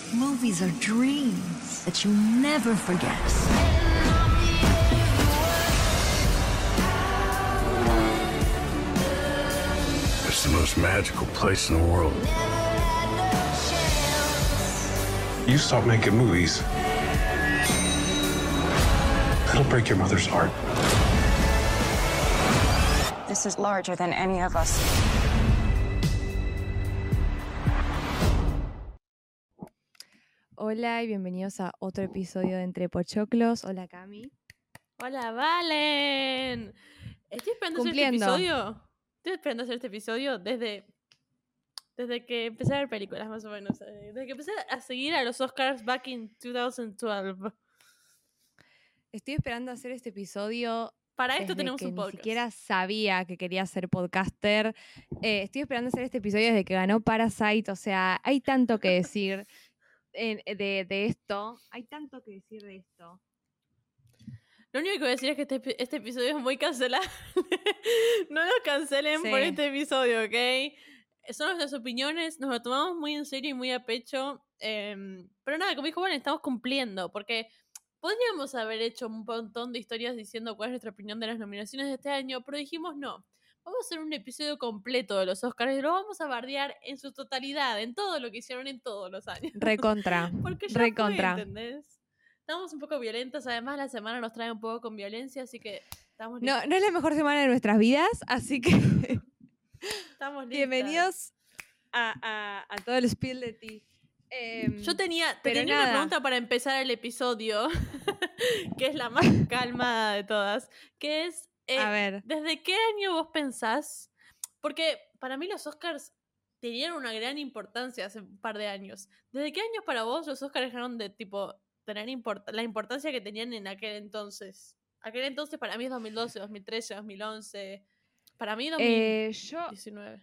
Movies are dreams that you never forget. It's the most magical place in the world. You stop making movies, it'll break your mother's heart. This is larger than any of us. Hola y bienvenidos a otro episodio de Entre Pochoclos. Hola, Cami. Hola, Valen. Estoy esperando Cumpliendo. hacer este episodio. Estoy esperando hacer este episodio desde que empecé a ver películas, más o menos. Desde que empecé a seguir a los Oscars back in 2012. Estoy esperando hacer este episodio. Para esto desde tenemos que un podcast. Ni siquiera sabía que quería ser podcaster. Estoy esperando hacer este episodio desde que ganó Parasite. O sea, hay tanto que decir de esto. Hay tanto que decir de esto. Lo único que voy a decir es que este episodio es muy cancelable. No nos cancelen Sí. por este episodio, ¿ok? Son nuestras opiniones, nos lo tomamos muy en serio y muy a pecho. Pero nada, como dijo Valen, estamos cumpliendo, porque podríamos haber hecho un montón de historias diciendo cuál es nuestra opinión de las nominaciones de este año, pero dijimos no. Vamos a hacer un episodio completo de los Oscars y lo vamos a bardear en su totalidad, en todo lo que hicieron en todos los años. Recontra. Porque ya Recontra. fue, ¿entendés? Estamos un poco violentas, además la semana nos trae un poco con violencia, así que estamos No, listas. no es la mejor semana de nuestras vidas, así que Estamos listas. bienvenidos a todo el spill de ti. Yo tenía pero una nada. pregunta para empezar el episodio, que es la más calmada de todas, que es, A ver. ¿desde qué año vos pensás? Porque para mí los Oscars tenían una gran importancia hace un par de años. ¿Desde qué años para vos los Oscars dejaron de, tipo, tener la importancia que tenían en aquel entonces? Aquel entonces para mí es 2012, 2013, 2011. Para mí 2019.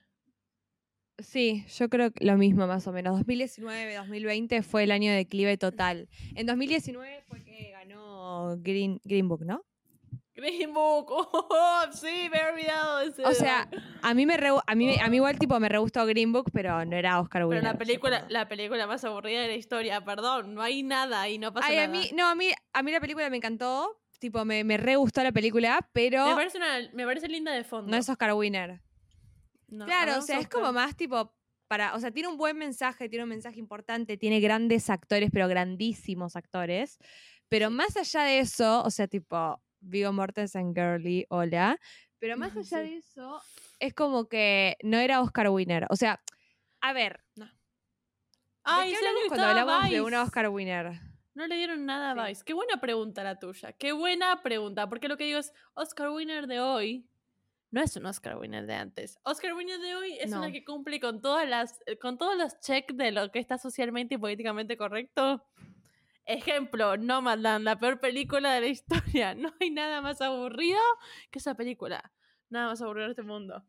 Sí, yo creo que lo mismo más o menos. 2019, 2020 fue el año de declive total. En 2019 fue que ganó Green Book, ¿no? Green Book, oh, sí, me he olvidado de ese. O sea, a mí igual tipo me re gustó Green Book, pero no era Oscar Pero winner. la película más aburrida de la historia, perdón, no hay nada y no pasa Ay, nada. a mí la película me encantó, tipo me re gustó la película, pero me parece linda de fondo. no es Oscar winner. No, Claro, o hablamos sea, es Oscar. como más tipo o sea, tiene un buen mensaje, tiene un mensaje importante, tiene grandes actores, pero grandísimos actores. Pero más allá de eso, o sea, tipo Viggo Mortensen, Girly, hola. Pero más allá de eso, es como que no era Oscar winner. O sea, a ver. No. ¿De Ay, qué ese hablamos año cuando estaba hablamos de Vice. una Oscar winner? No le dieron nada a Sí. Vice. Qué buena pregunta la tuya. Qué buena pregunta. Porque lo que digo es, Oscar winner de hoy no es un Oscar winner de antes. Oscar winner de hoy es No. una que cumple con todos los checks de lo que está socialmente y políticamente correcto. Ejemplo, Nomadland, la peor película de la historia. No hay nada más aburrido que esa película. Nada más aburrido en este mundo.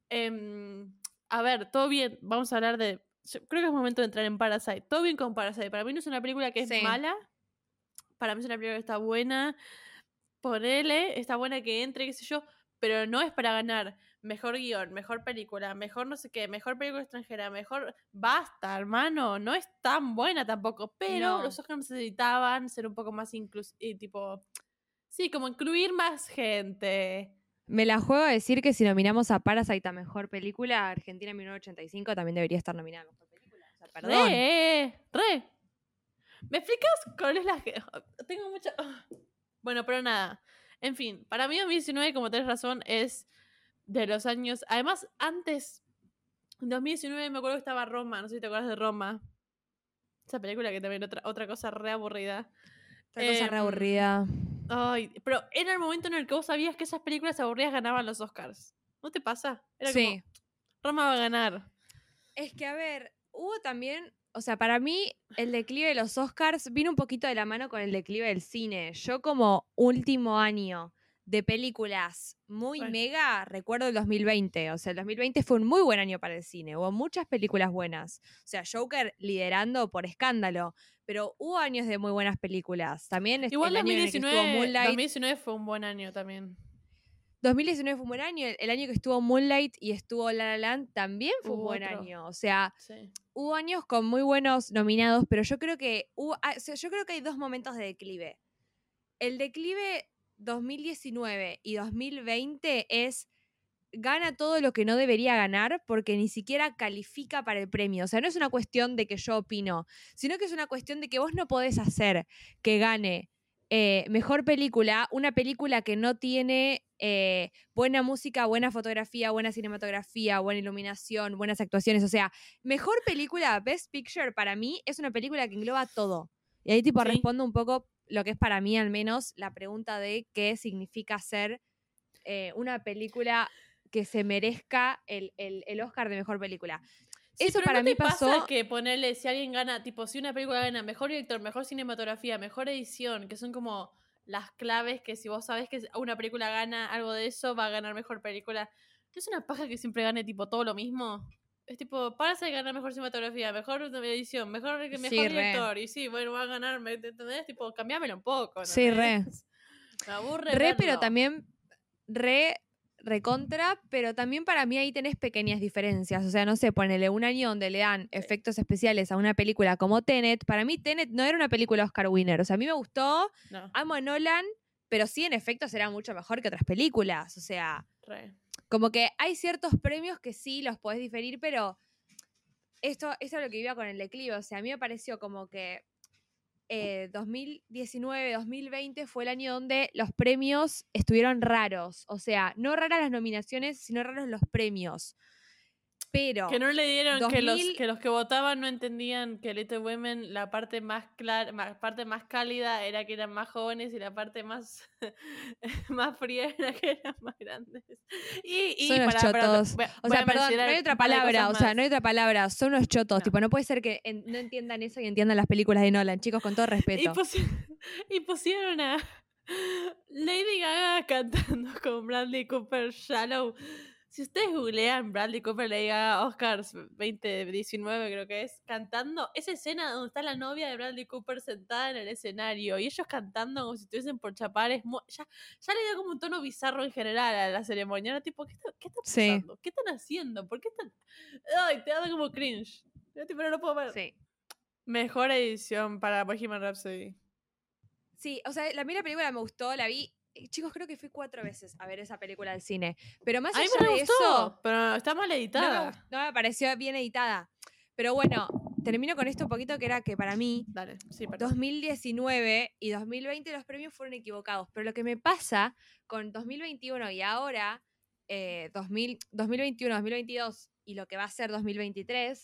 A ver, todo bien. Vamos a hablar de... Yo creo que es momento de entrar en Parasite. Todo bien con Parasite. Para mí no es una película que es Sí. mala. Para mí es una película que está buena. Ponele, está buena que entre, qué sé yo. Pero no es para ganar mejor guión, mejor película, mejor no sé qué, mejor película extranjera, mejor... Basta, hermano, no es tan buena tampoco. Pero No. los Oscars necesitaban ser un poco más tipo... Sí, como incluir más gente. Me la juego a decir que si nominamos a Parasite a Mejor Película, Argentina 1985 también debería estar nominada a Mejor Película. O sea, perdón. Re. ¿Me explicas cuál es la... Tengo mucha... Bueno, pero nada. En fin, para mí 2019, como tenés razón, es de los años... Además, antes, en 2019 me acuerdo que estaba Roma, no sé si te acuerdas de Roma. Esa película que también otra cosa re aburrida. Otra cosa re aburrida. Ay, pero era el momento en el que vos sabías que esas películas aburridas ganaban los Oscars. ¿No te pasa? Era Sí. como, Roma va a ganar. Es que, a ver, hubo también, o sea, para mí el declive de los Oscars vino un poquito de la mano con el declive del cine. Yo como último año de películas muy Bueno. mega, recuerdo el 2020. O sea, el 2020 fue un muy buen año para el cine. Hubo muchas películas buenas. O sea, Joker liderando por escándalo. Pero hubo años de muy buenas películas. También Igual el año en el que estuvo 2019, Moonlight. 2019 fue un buen año también. 2019 fue un buen año, el año que estuvo Moonlight y estuvo La La Land también fue un Hubo buen otro. año. O sea, Sí. hubo años con muy buenos nominados, pero yo creo que yo creo que hay dos momentos de declive. El declive 2019 y 2020 es gana todo lo que no debería ganar porque ni siquiera califica para el premio. O sea, no es una cuestión de que yo opino, sino que es una cuestión de que vos no podés hacer que gane mejor película, una película que no tiene buena música, buena fotografía, buena cinematografía, buena iluminación, buenas actuaciones. O sea, mejor película, Best Picture, para mí es una película que engloba todo. Y ahí tipo Sí. respondo un poco lo que es para mí al menos la pregunta de qué significa ser una película que se merezca el Oscar de mejor película. Sí, Eso pero para ¿no mí te pasa pasó. que ponerle, si alguien gana, tipo, si una película gana mejor director, mejor cinematografía, mejor edición, que son como las claves que si vos sabés que una película gana algo de eso, va a ganar mejor película? ¿No es una paja que siempre gane, tipo, todo lo mismo? Es tipo, Parasite gana mejor cinematografía, mejor edición, mejor Sí, director, y sí, bueno, va a ganar, ¿me entendés? Tipo, cambiámelo un poco, Sí, ¿entendés? Me aburre Re, pero verlo. también recontra, pero también para mí ahí tenés pequeñas diferencias. O sea, no sé, ponele un año donde le dan efectos especiales a una película como Tenet. Para mí Tenet no era una película Oscar winner. O sea, a mí me gustó, No, amo a Nolan, pero sí en efectos era mucho mejor que otras películas. O sea, re. como que hay ciertos premios que sí los podés diferir, pero esto es lo que iba con el declive. O sea, a mí me pareció como que 2019, 2020 fue el año donde los premios estuvieron raros. O sea, no raras las nominaciones, sino raros los premios. Pero Que no le dieron 2000, que los que votaban no entendían que Little Women, la parte más clara, parte más cálida era que eran más jóvenes y la parte más, más fría era que eran más grandes. Y son unos chotos. O sea, perdón, no hay otra palabra. O sea, no hay otra palabra. Son unos chotos. No. Tipo, no puede ser que no entiendan eso y entiendan las películas de Nolan. Chicos, con todo respeto. Y pusieron a Lady Gaga cantando con Bradley Cooper Shallow. Si ustedes googlean Bradley Cooper, Lady Gaga, Oscars 2019 creo que es, cantando esa escena donde está la novia de Bradley Cooper sentada en el escenario y ellos cantando como si estuviesen por chapar, ya le dio como un tono bizarro en general a la ceremonia. Era tipo, ¿qué está pasando? Sí. ¿Qué están haciendo? ¿Por qué están...? Ay, te da como cringe. Yo tipo, no lo puedo ver. Sí. Mejor edición para Bohemian Rhapsody. Sí, o sea, a mí la película me gustó, la vi. Chicos, creo que fui 4 veces a ver esa película al cine. Pero más A mí allá me de gustó, eso, pero está mal editada. no me pareció bien editada. Pero bueno, termino con esto un poquito, que era que para mí, Dale, sí, perdón. 2019 y 2020 los premios fueron equivocados. Pero lo que me pasa con 2021 y ahora, 2021, 2022 y lo que va a ser 2023,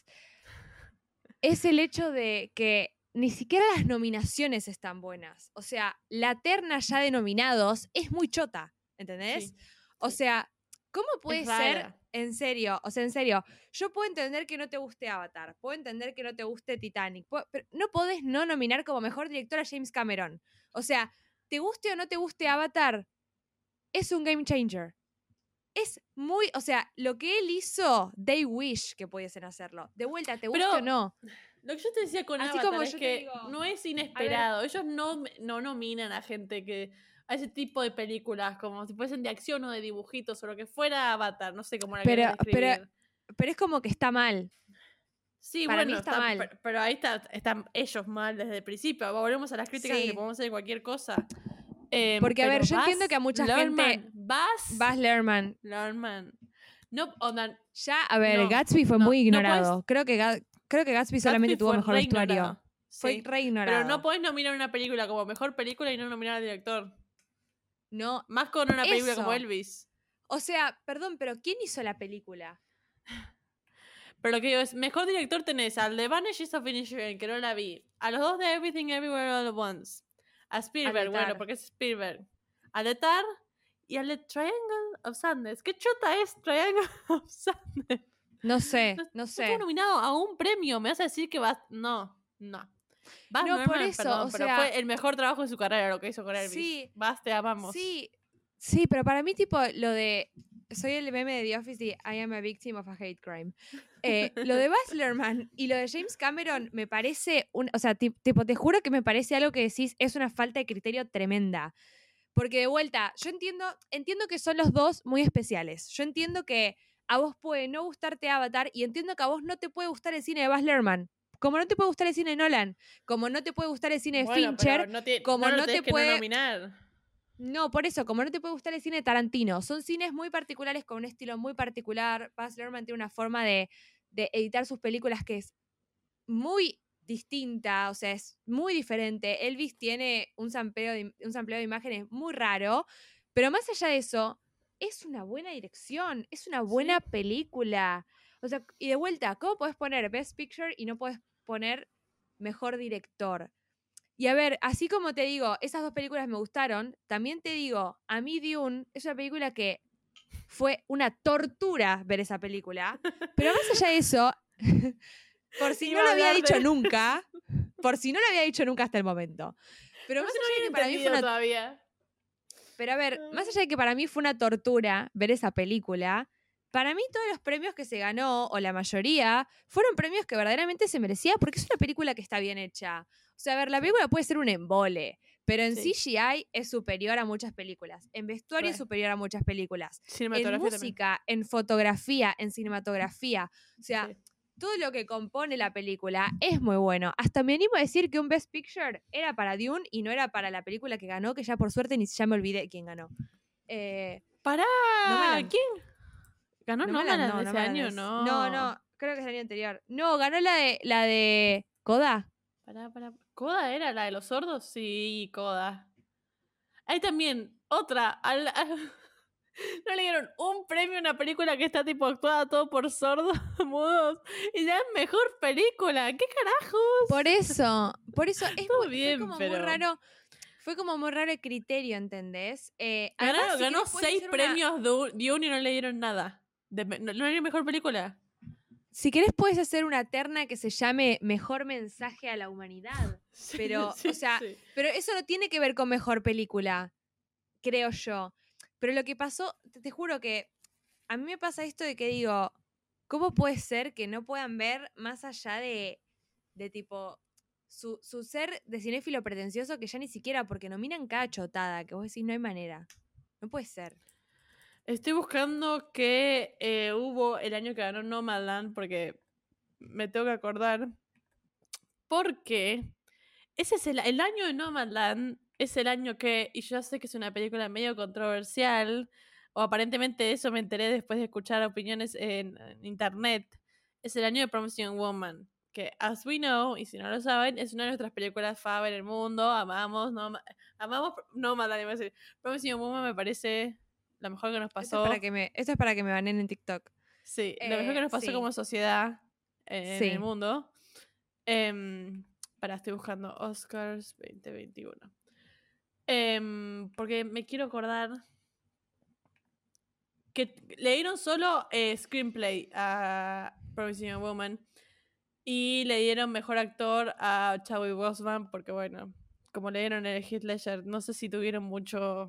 es el hecho de que ni siquiera las nominaciones están buenas. O sea, la terna ya de nominados es muy chota, ¿entendés? Sí, O sí. sea, ¿cómo puede Es ser, rara. en serio, o sea, en serio, yo puedo entender que no te guste Avatar, puedo entender que no te guste Titanic, pero no podés no nominar como mejor director a James Cameron. O sea, te guste o no te guste Avatar, es un game changer. Es muy, o sea, lo que él hizo, they wish que pudiesen hacerlo. De vuelta, te guste o no. Lo que yo te decía con Así Avatar como es yo te que digo, no es inesperado. Ellos no nominan a gente a ese tipo de películas, como si fuesen de acción o de dibujitos o lo que fuera Avatar. No sé cómo la quieren describir. Pero es como que está mal. Sí, Para mí bueno, está mal. pero ahí están ellos mal desde el principio. Volvemos a las críticas Sí. que podemos hacer de cualquier cosa. Porque, a ver, yo entiendo que a mucha gente... Baz Luhrmann. No, onda, Ya, a ver, no, Gatsby fue no, muy no ignorado. Creo que Gatsby solamente tuvo fue mejor re vestuario. ignorado. Fue Sí. re ignorado. Pero no podés nominar una película como mejor película y no nominar al director. No. Más con una película Eso. como Elvis. O sea, perdón, pero ¿quién hizo la película? Pero lo que digo es, mejor director tenés al de Vanishes of Inisherin, que no la vi. A los dos de Everything Everywhere All at Once. A Spielberg, bueno, porque es Spielberg. Al de Tar y al de Triangle of Sadness. ¿Qué chota es Triangle of Sadness? No sé. No estuvo nominado a un premio. Me vas a decir que vas... No. Baz No, por Luhrmann, eso, perdón, o pero sea, fue el mejor trabajo de su carrera lo que hizo con Elvis. Sí. Baz, te amamos. Sí, pero para mí, tipo, lo de... Soy el meme de The Office y I am a victim of a hate crime. Lo de Baz Luhrmann y lo de James Cameron me parece... o sea, tipo, te juro que me parece algo que decís es una falta de criterio tremenda. Porque de vuelta, yo entiendo que son los dos muy especiales. Yo entiendo que a vos puede no gustarte Avatar y entiendo que a vos no te puede gustar el cine de Baz Luhrmann. Como no te puede gustar el cine de Nolan, como no te puede gustar el cine de Fincher, como no te puede... nominar. No, por eso, como no te puede gustar el cine de Tarantino, son cines muy particulares con un estilo muy particular. Baz Luhrmann tiene una forma de editar sus películas que es muy distinta, o sea, es muy diferente. Elvis tiene un sampleo de imágenes muy raro, pero más allá de eso, es una buena dirección, es una buena película. O sea, y de vuelta, ¿cómo podés poner Best Picture y no podés poner Mejor Director? Y a ver, así como te digo, esas dos películas me gustaron, también te digo, a mí Dune es una película que fue una tortura ver esa película, pero más allá de eso, por si no lo había dicho nunca, hasta el momento. Pero más allá de que para mí fue una... todavía. Pero a ver, más allá de que para mí fue una tortura ver esa película, para mí todos los premios que se ganó, o la mayoría, fueron premios que verdaderamente se merecía porque es una película que está bien hecha. O sea, a ver, la película puede ser un embole, pero en CGI es superior a muchas películas. En vestuario es superior a muchas películas. En música, también. En fotografía, en cinematografía. O sea, todo lo que compone la película es muy bueno. Hasta me animo a decir que un Best Picture era para Dune y no era para la película que ganó, que ya por suerte ya me olvidé quién ganó. ¡Pará! ¿Quién? ¿Ganó Nomadland ese año? No, creo que es el año anterior. No, ganó la de Coda. Pará. ¿Coda era la de los sordos? Sí, Coda. Hay también otra. No le dieron un premio a una película que está tipo actuada todo por sordos mudos. Y ya es mejor película. ¿Qué carajos? Por eso es todo bien, fue como pero... muy raro. Fue como muy raro el criterio, ¿entendés? Ganó 6 premios Dune y no le dieron nada. ¿No le dieron mejor película? Si querés puedes hacer una terna que se llame Mejor Mensaje a la Humanidad. Pero, pero eso no tiene que ver con mejor película, creo yo. Pero lo que pasó, te juro que a mí me pasa esto de que digo, ¿cómo puede ser que no puedan ver más allá de tipo su ser de cinéfilo pretencioso que ya ni siquiera, porque nominan cada chotada, que vos decís no hay manera? No puede ser. Estoy buscando que hubo el año que ganó Nomadland porque me tengo que acordar. Porque ese es el año de Nomadland, es el año que, y yo sé que es una película medio controversial, o aparentemente eso me enteré después de escuchar opiniones en internet, es el año de Promising Woman, que as we know, y si no lo saben, es una de nuestras películas fav en el mundo, amamos Nomadland, iba a decir. Promising Woman me parece lo mejor que nos pasó. Esto es para que me banen en TikTok. Sí, lo mejor que nos pasó como sociedad en el mundo. Estoy buscando Oscars 2021. Porque me quiero acordar que le dieron solo screenplay a Promising Woman y le dieron mejor actor a Chadwick Boseman porque bueno, como le dieron el Heath Ledger, no sé si tuvieron mucho...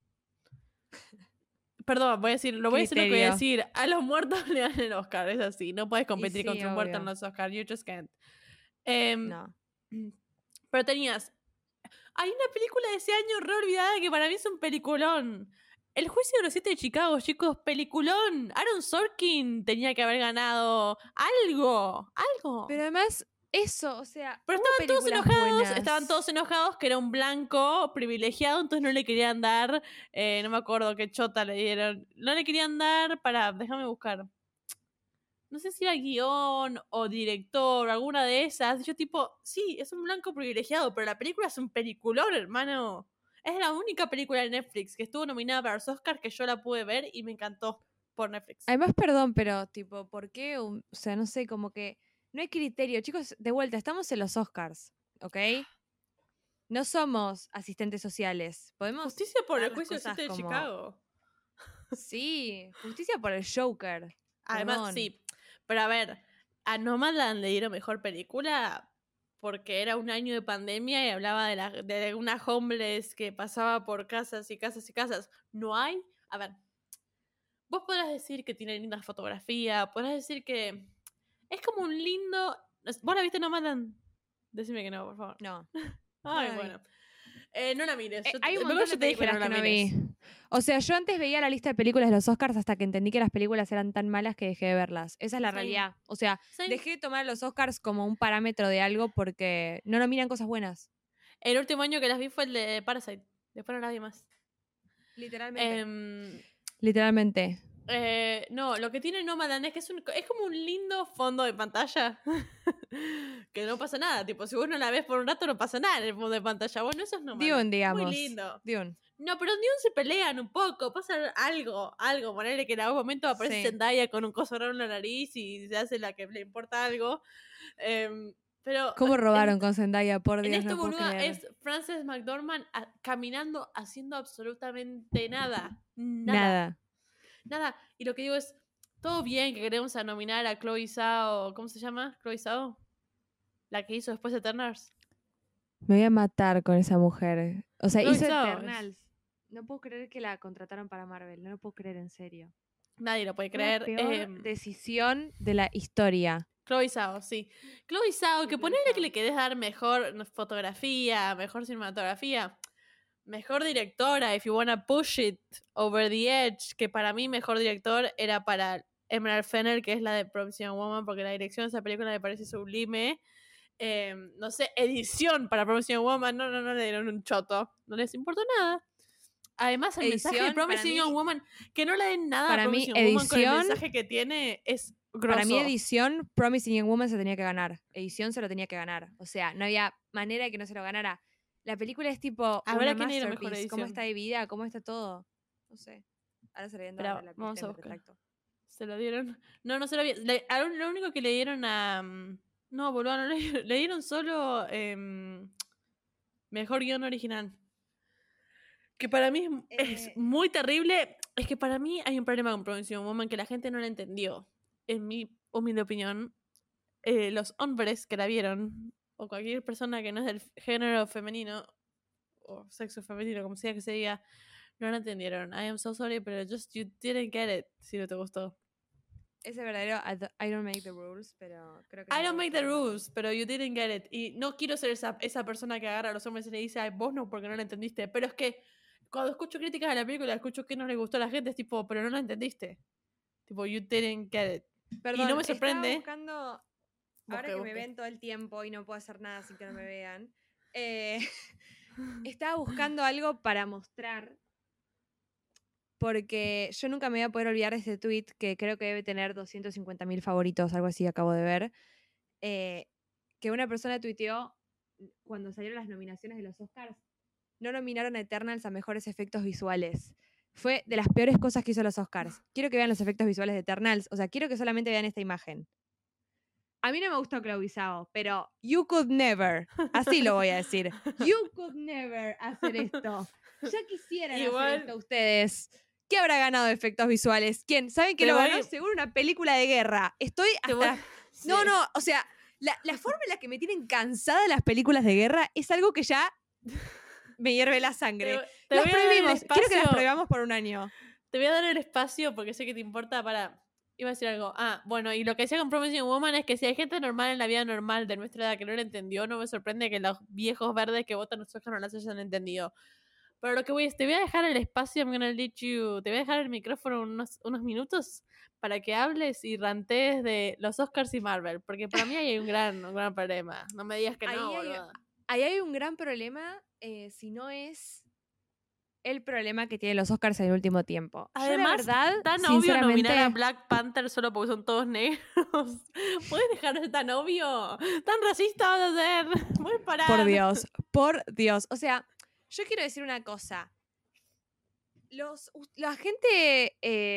Perdón, voy a decir lo que voy a decir. A los muertos le dan el Oscar, es así. No puedes competir contra un muerto en los Oscars. You just can't. No. Pero tenías... Hay una película de ese año re olvidada que para mí es un peliculón. El Juicio de los 7 de Chicago, chicos, peliculón. Aaron Sorkin tenía que haber ganado algo. Pero además... Eso, o sea... Pero estaban todos enojados que era un blanco privilegiado, entonces no le querían dar, no me acuerdo qué chota le dieron, no le querían dar déjame buscar, no sé si era guión o director o alguna de esas, yo tipo, sí, es un blanco privilegiado, pero la película es un peliculón, hermano, es la única película de Netflix que estuvo nominada para los Oscars que yo la pude ver y me encantó por Netflix. Además, perdón, pero tipo, ¿por qué? O sea, no sé, como que no hay criterio. Chicos, de vuelta, estamos en los Oscars, ¿ok? No somos asistentes sociales. Podemos... Justicia por el Juicio de Chicago. Sí, justicia por el Joker. Además, Perdón. sí. Pero a ver, a Nomadland le dieron mejor película porque era un año de pandemia y hablaba de una homeless que pasaba por casas y casas y casas. No hay... A ver, vos podrás decir que tiene linda fotografía, podrás decir que... Es como un lindo... ¿Vos la viste Nomadland? Decime que no, por favor. No. Ay, bueno. No la mires. Hay un mejor montón yo de te dije películas no que la no mires. vi. O sea, yo antes veía la lista de películas de los Oscars hasta que entendí que las películas eran tan malas que dejé de verlas. Esa es la Same. realidad. O sea, Same. dejé de tomar los Oscars como un parámetro de algo porque no nominan cosas buenas. El último año que las vi fue el de Parasite. Después no las vi más. Literalmente. Literalmente. No, lo que tiene Nomadland es que es como un lindo fondo de pantalla. Que no pasa nada. Tipo, si vos no la ves por un rato, no pasa nada en el fondo de pantalla. Bueno, eso es Nomadland. Dune, digamos. Muy lindo. Dune. No, pero en Dune se pelean un poco. Pasa algo. Ponerle que en algún momento aparece Sí. Zendaya con un coso raro en la nariz y se hace la que le importa algo. Pero ¿Cómo robaron con Zendaya? Por en Dios, esta no puedo boluda creer. es Frances McDormand caminando, haciendo absolutamente nada. Nada. Y lo que digo es, todo bien que queremos a nominar a Chloe Zhao. ¿Cómo se llama? Chloe Zhao. La que hizo después de Eternals. Me voy a matar con esa mujer. O sea, Chloe hizo Zhao Eternals. No puedo creer que la contrataron para Marvel. No lo puedo creer, en serio. Nadie lo puede Fue la creer. peor decisión de la historia. Chloe Zhao, sí. Chloe Zhao, Sí, que Chloe ponerle Zhao. que le querés dar mejor fotografía, mejor cinematografía, mejor directora, if you wanna push it over the edge, que para mí mejor director era para Emerald Fennell, que es la de Promising Young Woman, porque la dirección de esa película me parece sublime. No sé, edición para Promising Young Woman, no le dieron un choto, no les importó nada. Además, el mensaje de Edición, para Promising mí- Young Woman, que no le den nada para a mí, Promising Young Woman con el edición- mensaje que tiene es grosso. Para mí, edición, Promising Young Woman se tenía que ganar. Edición se lo tenía que ganar. O sea, no había manera de que no se lo ganara. La película es tipo Habrá una que ir a mejor masterpiece. ¿Cómo edición. está dividida? ¿Cómo está todo? No sé. Ahora se le viendo Espera, la vamos a me buscar. retracto. ¿Se lo dieron? No se lo dieron. Lo único que le dieron a... No, boludo, no le dieron solo mejor guión original. Que para mí es muy terrible. Es que para mí hay un problema con Promising Young Woman que la gente no la entendió. En mi humilde opinión, los hombres que la vieron, o cualquier persona que no es del género femenino, o sexo femenino, como sea que se diga, no la entendieron. I am so sorry, pero just you didn't get it si no te gustó. Ese verdadero I don't make the rules, pero creo que... I don't make the rules, pero you didn't get it. Y no quiero ser esa persona que agarra a los hombres y le dice, ay, vos no, porque no la entendiste. Pero es que cuando escucho críticas a la película, escucho que no le gustó a la gente, es tipo, pero no la entendiste. Tipo, you didn't get it. Perdón, y no me sorprende. Estaba buscando... Ahora que me ven todo el tiempo y no puedo hacer nada sin que no me vean. Estaba buscando algo para mostrar. Porque yo nunca me voy a poder olvidar de este tweet que creo que debe tener 250.000 favoritos, algo así acabo de ver. Que una persona tuiteó cuando salieron las nominaciones de los Oscars. No nominaron a Eternals a mejores efectos visuales. Fue de las peores cosas que hizo los Oscars. Quiero que vean los efectos visuales de Eternals. O sea, quiero que solamente vean esta imagen. A mí no me gustó Chloe Zhao, pero you could never, así lo voy a decir, you could never hacer esto. Ya quisieran hacer esto ustedes. ¿Qué habrá ganado de efectos visuales? ¿Quién? ¿Saben que lo ganó? Seguro una película de guerra. Estoy hasta... Sí. No, o sea, la forma en la que me tienen cansada las películas de guerra es algo que ya me hierve la sangre. Las prohibimos. Quiero que las prohibamos por un año. Te voy a dar el espacio porque sé que te importa para... Iba a decir algo. Bueno, y lo que decía con Promising Woman es que si hay gente normal en la vida normal de nuestra edad que no lo entendió, no me sorprende que los viejos verdes que votan los Oscars no las hayan entendido. Pero lo que voy es, te voy a dejar el espacio, I'm gonna let you, te voy a dejar el micrófono unos minutos para que hables y rantees de los Oscars y Marvel, porque para mí hay un gran problema. No me digas que no, boludo. Ahí hay un gran problema, si no es el problema que tienen los Oscars en el último tiempo. Además, yo, la verdad, tan obvio sinceramente, nominar a Black Panther solo porque son todos negros. ¿Puedes dejar de ser tan obvio? ¿Tan racista vas a ser? ¿Puedes parar? Por Dios. O sea, yo quiero decir una cosa. La gente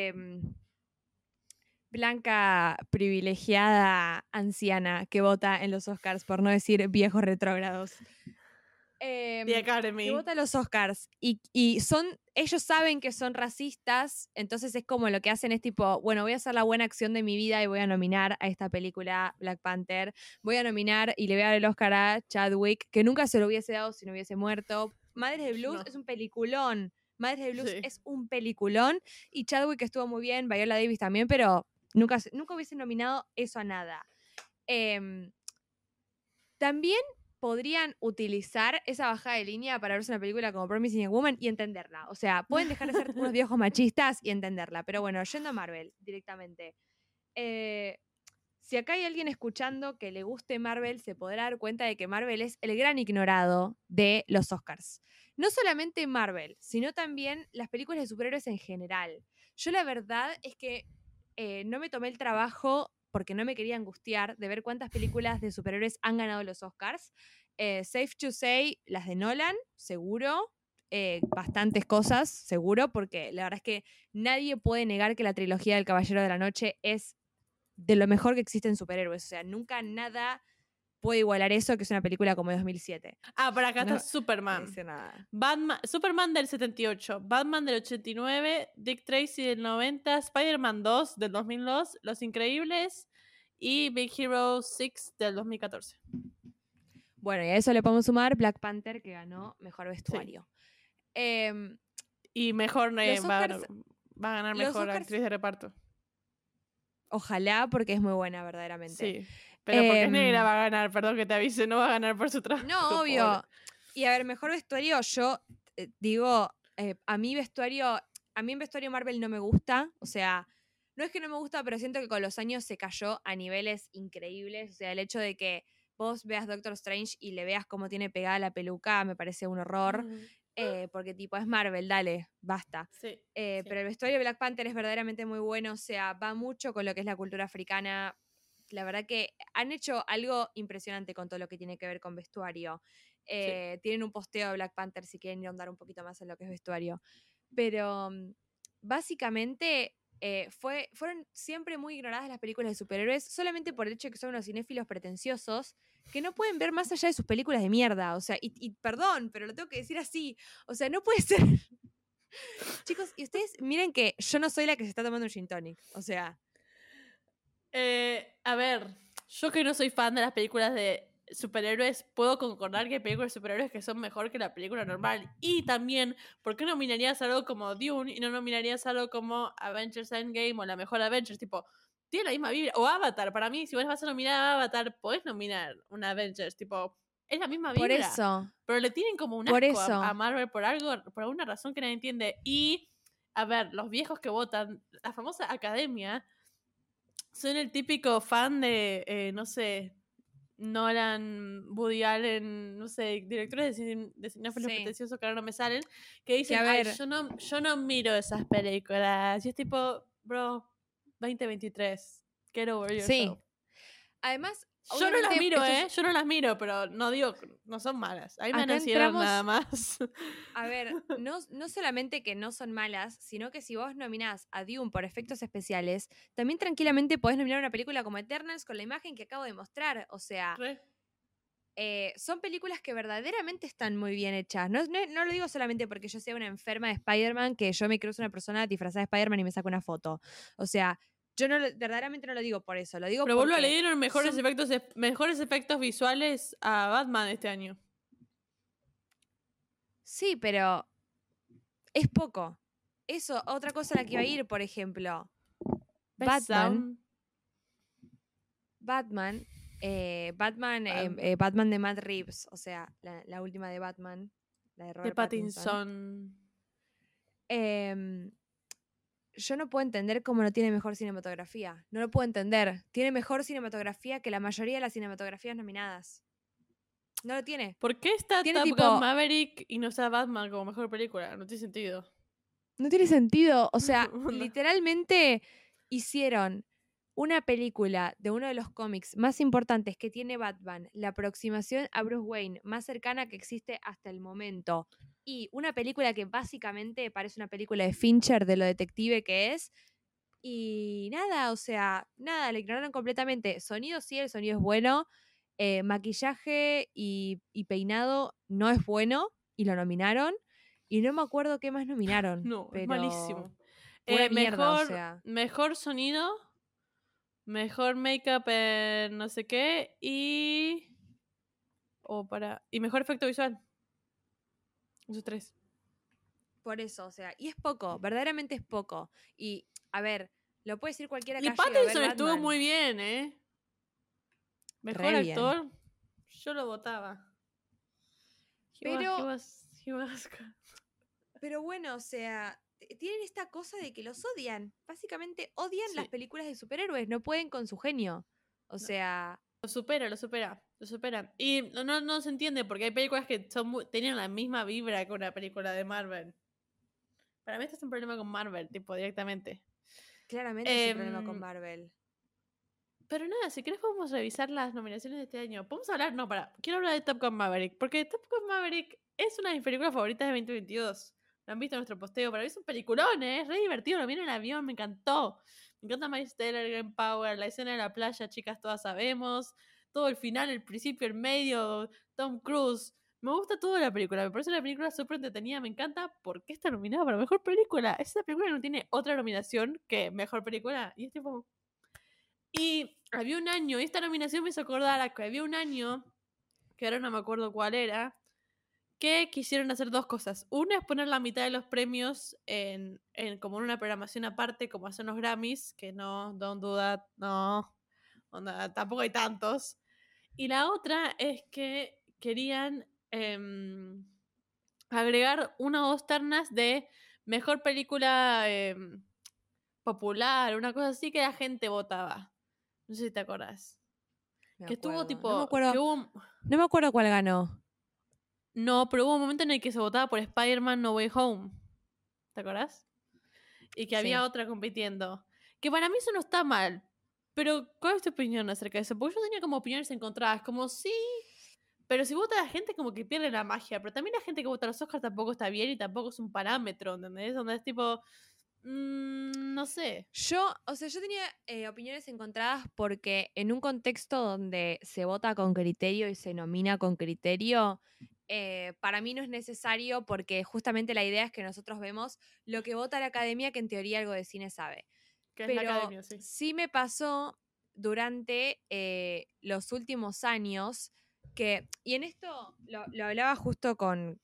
blanca, privilegiada, anciana que vota en los Oscars, por no decir viejos retrógrados, The Academy. que vota a los Oscars y ellos saben que son racistas, entonces es como lo que hacen es tipo, bueno, voy a hacer la buena acción de mi vida y voy a nominar a esta película Black Panther, voy a nominar y le voy a dar el Oscar a Chadwick, que nunca se lo hubiese dado si no hubiese muerto. Madres de Blues es un peliculón. Madres de Blues es un peliculón y Chadwick estuvo muy bien, Viola Davis también, pero nunca hubiese nominado eso a nada. También podrían utilizar esa bajada de línea para verse una película como Promising Young Woman y entenderla. O sea, pueden dejar de ser unos viejos machistas y entenderla. Pero bueno, yendo a Marvel directamente. Si acá hay alguien escuchando que le guste Marvel, se podrá dar cuenta de que Marvel es el gran ignorado de los Oscars. No solamente Marvel, sino también las películas de superhéroes en general. Yo la verdad es que no me tomé el trabajo, porque no me quería angustiar, de ver cuántas películas de superhéroes han ganado los Oscars. Safe to say, las de Nolan, seguro. Bastantes cosas, seguro, porque la verdad es que nadie puede negar que la trilogía del Caballero de la Noche es de lo mejor que existe en superhéroes. O sea, nunca nada puede igualar eso, que es una película como de 2007. Por acá No está Superman. dice nada. Superman del 78, Batman del 89, Dick Tracy del 90, Spider-Man 2 del 2002, Los Increíbles y Big Hero 6 del 2014. Bueno, y a eso le podemos sumar Black Panther, que ganó Mejor Vestuario. Y mejor Los Oscars- va a ganar los mejor Oscars- actriz de reparto. Ojalá, porque es muy buena, verdaderamente. Sí. Pero porque es negra va a ganar, perdón que te avise, no va a ganar por su trabajo. No, obvio. Y a ver, Mejor Vestuario, yo digo, a mí en vestuario Marvel no me gusta. O sea, no es que no me gusta, pero siento que con los años se cayó a niveles increíbles. O sea, el hecho de que vos veas Doctor Strange y le veas cómo tiene pegada la peluca me parece un horror. Porque tipo, es Marvel, dale, basta. Sí, Pero el vestuario de Black Panther es verdaderamente muy bueno. O sea, va mucho con lo que es la cultura africana. La verdad que han hecho algo impresionante con todo lo que tiene que ver con vestuario. Tienen un posteo de Black Panther si quieren ir a ahondar un poquito más en lo que es vestuario. Pero básicamente fueron siempre muy ignoradas las películas de superhéroes solamente por el hecho de que son unos cinéfilos pretenciosos que no pueden ver más allá de sus películas de mierda. O sea, y perdón, pero lo tengo que decir así. O sea, no puede ser. Chicos, y ustedes miren que yo no soy la que se está tomando un gin tonic. O sea... a ver, yo que no soy fan de las películas de superhéroes, puedo concordar que hay películas de superhéroes que son mejor que la película normal. Y también, ¿por qué nominarías algo como Dune y no nominarías algo como Avengers Endgame o la mejor Avengers? Tipo, tiene la misma vibra. O Avatar, para mí, si vos vas a nominar a Avatar, podés nominar una Avengers, tipo, es la misma vibra. Por eso. Pero le tienen como un Por asco eso. a Marvel por alguna razón que nadie entiende. Y, a ver, los viejos que votan, la famosa academia, son el típico fan de, no sé, Nolan, Woody Allen, no sé, directores de cinéfilos pretenciosos que ahora no me salen, que dicen, Que, a ver, yo no miro esas películas. Y es tipo, bro, 2023, get over yourself. Sí. Además, yo no las miro, estos... yo no las miro, pero no digo, no son malas. A mí me Acá nacieron entramos... nada más. A ver, no solamente que no son malas, sino que si vos nominás a Dune por efectos especiales, también tranquilamente podés nominar una película como Eternals con la imagen que acabo de mostrar. O sea, son películas que verdaderamente están muy bien hechas. No lo digo solamente porque yo sea una enferma de Spider-Man, que yo me cruzo una persona disfrazada de Spider-Man y me saco una foto. O sea, yo verdaderamente no lo digo por eso, lo digo pero porque... vuelvo a leer mejores efectos visuales a Batman este año. Sí, pero es poco. Eso, otra cosa a la que iba a ir, por ejemplo. Batman de Matt Reeves, o sea, la última de Batman, la de Robert de Pattinson. Yo no puedo entender cómo no tiene mejor cinematografía. No lo puedo entender. Tiene mejor cinematografía que la mayoría de las cinematografías nominadas. No lo tiene. ¿Por qué está Top Gun Maverick y no está Batman como mejor película? No tiene sentido. No tiene sentido. O sea, literalmente hicieron una película de uno de los cómics más importantes que tiene Batman, la aproximación a Bruce Wayne más cercana que existe hasta el momento, y una película que básicamente parece una película de Fincher, de lo detective que es, y nada, o sea, nada, le ignoraron completamente. Sonido sí, el sonido es bueno, maquillaje y peinado no es bueno, y lo nominaron, y no me acuerdo qué más nominaron. No, pero es malísimo. mierda, o sea. Mejor sonido, mejor make-up en no sé qué y mejor efecto visual. Esos tres. Por eso, o sea, y es poco, verdaderamente es poco. Y, a ver, lo puede decir cualquiera que y haya ido a ver Pattinson estuvo Batman. muy bien, ¿eh? Mejor Re bien. actor. Yo lo votaba. Pero- He was- Pero bueno, o sea, tienen esta cosa de que los odian. Básicamente odian Sí. las películas de superhéroes, no pueden con su genio. O sea, Lo supera. Y no se entiende porque hay películas que tenían la misma vibra que una película de Marvel. Para mí este es un problema con Marvel, tipo, directamente. claramente es un problema con Marvel. Pero nada, si querés podemos revisar las nominaciones de este año. Podemos hablar, quiero hablar de Top Gun Maverick, porque Top Gun Maverick es una de mis películas favoritas de 2022. Lo han visto en nuestro posteo, para mí es un peliculón, es re divertido, lo vi en el avión, me encantó. Me encanta Miles Teller, Green Power, la escena de la playa, chicas, todas sabemos. Todo el final, el principio, el medio, Tom Cruise. Me gusta toda la película, me parece una película súper entretenida, me encanta porque está nominada para Mejor Película. Esa película no tiene otra nominación que Mejor Película, y es tipo... Y había un año, esta nominación me hizo acordar a que había un año, que ahora no me acuerdo cuál era, que quisieron hacer dos cosas. Una es poner la mitad de los premios en como en una programación aparte, como hacen los Grammys, que no, don't do that, no, onda, tampoco hay tantos. Y la otra es que querían agregar una o dos ternas de mejor película popular, una cosa así que la gente votaba. No sé si te acordás. Me Que estuvo acuerdo. tipo. No me acuerdo, que hubo, no me acuerdo cuál ganó. no, pero hubo un momento en el que se votaba por Spider-Man No Way Home. ¿Te acordás? Y que había Sí. otra compitiendo. Que para mí eso no está mal. Pero, ¿cuál es tu opinión acerca de eso? Porque yo tenía como opiniones encontradas. Como sí. Pero si vota la gente, como que pierde la magia. Pero también la gente que vota a los Oscars tampoco está bien y tampoco es un parámetro, ¿entendés? Donde es tipo. No sé. Yo tenía opiniones encontradas porque en un contexto donde se vota con criterio y se nomina con criterio, para mí no es necesario porque justamente la idea es que nosotros vemos lo que vota la academia, que en teoría algo de cine sabe. Que es Pero la academia, sí. sí me pasó durante los últimos años que, y en esto lo hablaba justo con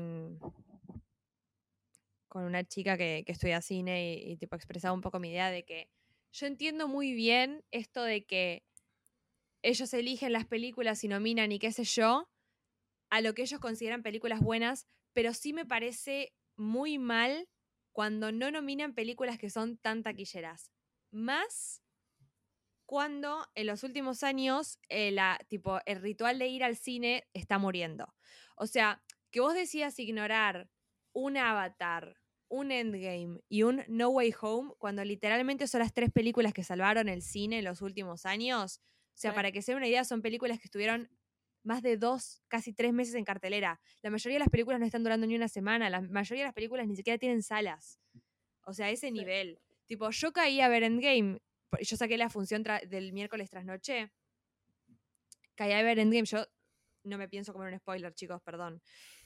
una chica que estudia cine y tipo expresaba un poco mi idea de que yo entiendo muy bien esto de que ellos eligen las películas y nominan y qué sé yo, a lo que ellos consideran películas buenas, pero sí me parece muy mal cuando no nominan películas que son tan taquilleras. Más cuando en los últimos años el ritual de ir al cine está muriendo. O sea, que vos decidas ignorar un Avatar, un Endgame y un No Way Home, cuando literalmente son las 3 películas que salvaron el cine en los últimos años. O sea, Sí. para que se den una idea, son películas que estuvieron más de 2, casi 3 meses en cartelera. La mayoría de las películas no están durando ni una semana, la mayoría de las películas ni siquiera tienen salas. O sea, a ese nivel. Tipo, yo caí a ver Endgame, yo saqué la función del miércoles tras noche, caí a ver Endgame, yo no me pienso comer un spoiler, chicos, perdón.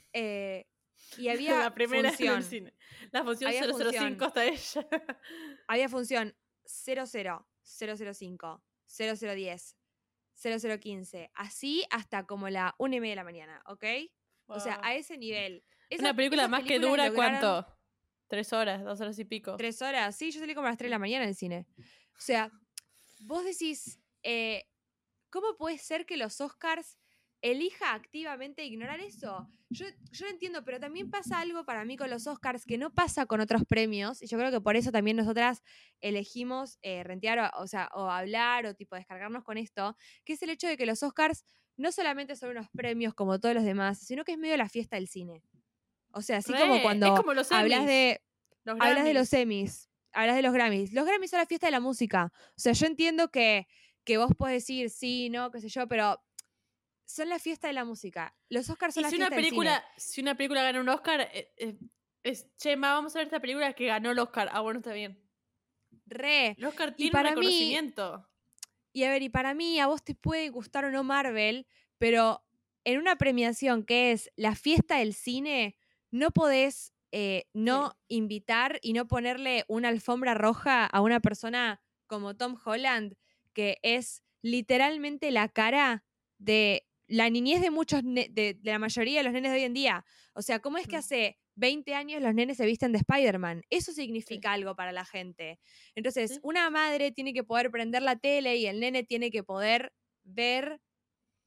Y había La primera función. en el cine. La función Había 005 función. hasta ella. Había función 00, 005, 0010, 0015, así hasta como la 1:30 de la mañana, ¿ok? O sea, a ese nivel. Una película esas más que películas dura, lograron ¿cuánto? 3 horas, 2 horas y pico. 3 horas. Sí, yo salí como a las 3 de la mañana del cine. O sea, vos decís, ¿cómo puede ser que los Oscars elija activamente ignorar eso? Yo lo entiendo, pero también pasa algo para mí con los Oscars que no pasa con otros premios, y yo creo que por eso también nosotras elegimos rentear o hablar o tipo descargarnos con esto, que es el hecho de que los Oscars no solamente son unos premios como todos los demás, sino que es medio la fiesta del cine. O sea, así como cuando es como los hablas Emmys, de los hablas de Grammys. los Emmys, hablas de los Grammys. Los Grammys son la fiesta de la música. O sea, yo entiendo que vos podés decir sí, no, qué sé yo, pero son la fiesta de la música. Los Oscars son Y la si fiesta una película, del cine. si una película gana un Oscar, che, vamos a ver esta película que ganó el Oscar. Ah, bueno, está bien. Re. El Oscar Y tiene un para mí, reconocimiento. y para mí, a vos te puede gustar o no Marvel, pero en una premiación que es la fiesta del cine, no podés no invitar y no ponerle una alfombra roja a una persona como Tom Holland, que es literalmente la cara de la niñez de muchos, de la mayoría de los nenes de hoy en día. O sea, ¿cómo es que hace 20 años los nenes se visten de Spider-Man? Eso significa algo para la gente. Entonces, Sí. una madre tiene que poder prender la tele y el nene tiene que poder ver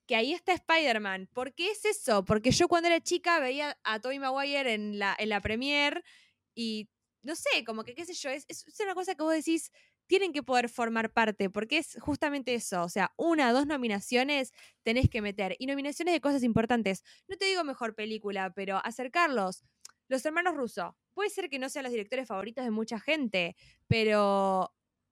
que ahí está Spider-Man. ¿Por qué es eso? Porque yo cuando era chica veía a Tobey Maguire en la premiere y no sé, como que qué sé yo, es una cosa que vos decís, tienen que poder formar parte, porque es justamente eso, o sea, 1 o 2 nominaciones tenés que meter, y nominaciones de cosas importantes. No te digo mejor película, pero acercarlos. Los hermanos Russo, puede ser que no sean los directores favoritos de mucha gente, pero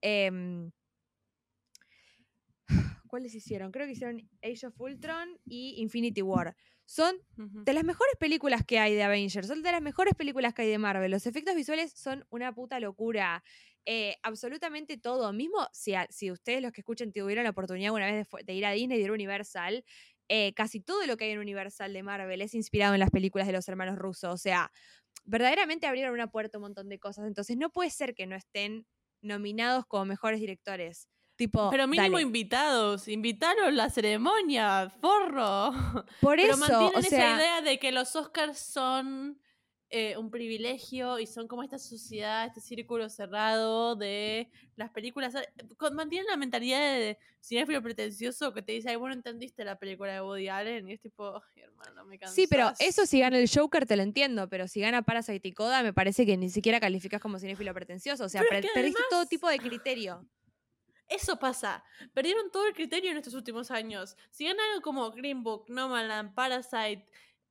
¿cuáles hicieron? Creo que hicieron Age of Ultron y Infinity War. Son de las mejores películas que hay de Avengers, son de las mejores películas que hay de Marvel. Los efectos visuales son una puta locura. Absolutamente todo. Mismo si ustedes los que escuchan tuvieron la oportunidad una vez de ir a Disney y de ir a Universal, casi todo lo que hay en Universal de Marvel es inspirado en las películas de los hermanos Russo. O sea, verdaderamente abrieron una puerta a un montón de cosas. Entonces no puede ser que no estén nominados como mejores directores. Tipo, pero mínimo dale. invitados a la ceremonia, forro. Por Pero eso, mantienen o sea, esa idea de que los Oscars son un privilegio y son como esta sociedad, este círculo cerrado de las películas. Mantienen la mentalidad de cinéfilo pretencioso que te dice, ay, bueno, entendiste la película de Woody Allen, y es tipo, ay, hermano, me cansas. sí, pero eso si gana el Joker te lo entiendo, pero si gana Parasite y Coda me parece que ni siquiera calificas como cinéfilo pretencioso, o sea, Pero es que perdiste además, todo tipo de criterio. eso pasa, perdieron todo el criterio en estos últimos años. Si ganan algo como Green Book, Nomadland, Parasite,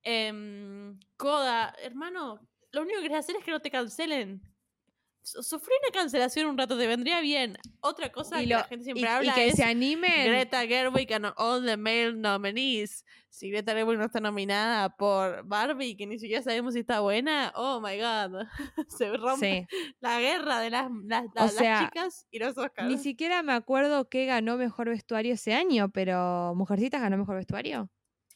Coda, hermano, lo único que querés hacer es que no te cancelen. Sufrir una cancelación un rato te vendría bien. Otra cosa que la gente siempre habla y que es se animen. Greta Gerwig and all the male nominees. Si Greta Gerwig no está nominada por Barbie, que ni siquiera sabemos si está buena, oh my god, se rompe la guerra de las chicas y los Oscars. Ni siquiera me acuerdo qué ganó mejor vestuario ese año, pero Mujercitas ganó mejor vestuario.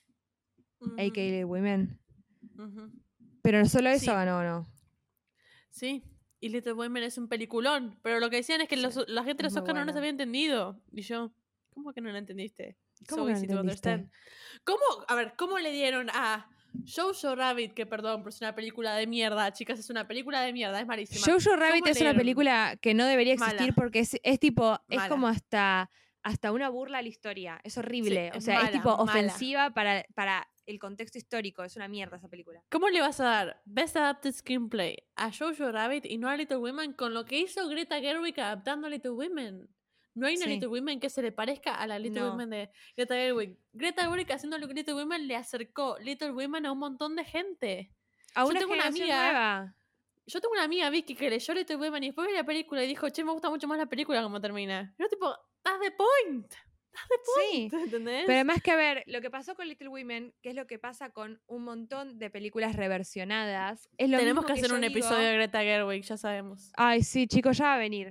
A.K.A. Women. Pero solo eso ganó, ¿no? Sí. Y Little Women es un peliculón. Pero lo que decían es que la gente de los Oscars no los había entendido. Y yo, ¿cómo que no lo entendiste? ¿Cómo que no lo entendiste? ¿Cómo le dieron a Jojo Rabbit, que perdón, pero es una película de mierda, chicas, es una película de mierda, es malísima? Jojo Rabbit es una película que no debería existir porque es tipo, es como hasta una burla a la historia. Es horrible. Sí, o sea, es tipo ofensiva para el contexto histórico. Es una mierda esa película. ¿Cómo le vas a dar Best Adapted Screenplay a Jojo Rabbit y no a Little Women con lo que hizo Greta Gerwig adaptando a Little Women? No hay una Little Women que se le parezca a la Little Women de Greta Gerwig. Greta Gerwig haciendo Little Women le acercó Little Women a un montón de gente. A una generación nueva. Yo tengo una amiga, Vicky, que leyó Little Women y después vio la película y dijo, che, me gusta mucho más la película como termina. Yo tipo, that's the point. Sí, ¿entendés? Pero además que a ver, lo que pasó con Little Women, que es lo que pasa con un montón de películas reversionadas, es lo Tenemos mismo que hacer un digo, episodio de Greta Gerwig, ya sabemos. Ay, sí, chicos, ya va a venir.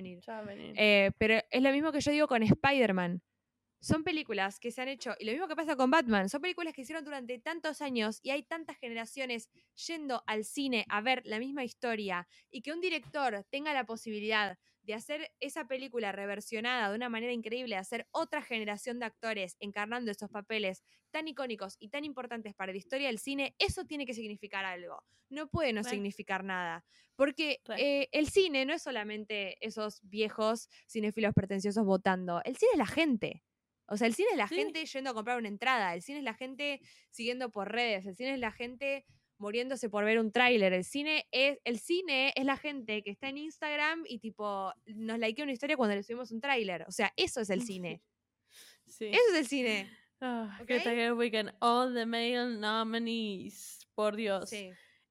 Pero es lo mismo que yo digo con Spider-Man. Son películas que se han hecho, y lo mismo que pasa con Batman, son películas que hicieron durante tantos años y hay tantas generaciones yendo al cine a ver la misma historia y que un director tenga la posibilidad de hacer esa película reversionada de una manera increíble, de hacer otra generación de actores encarnando esos papeles tan icónicos y tan importantes para la historia del cine, eso tiene que significar algo. No puede no significar nada. Porque el cine no es solamente esos viejos cinéfilos pretenciosos votando. El cine es la gente. O sea, el cine es la gente yendo a comprar una entrada. El cine es la gente siguiendo por redes. El cine es la gente muriéndose por ver un tráiler. El cine es la gente que está en Instagram y tipo nos likea una historia cuando le subimos un tráiler. O sea, eso es el cine. Sí. Eso es el cine. Greta Gerwig and all the male nominees. Por Dios. Sí.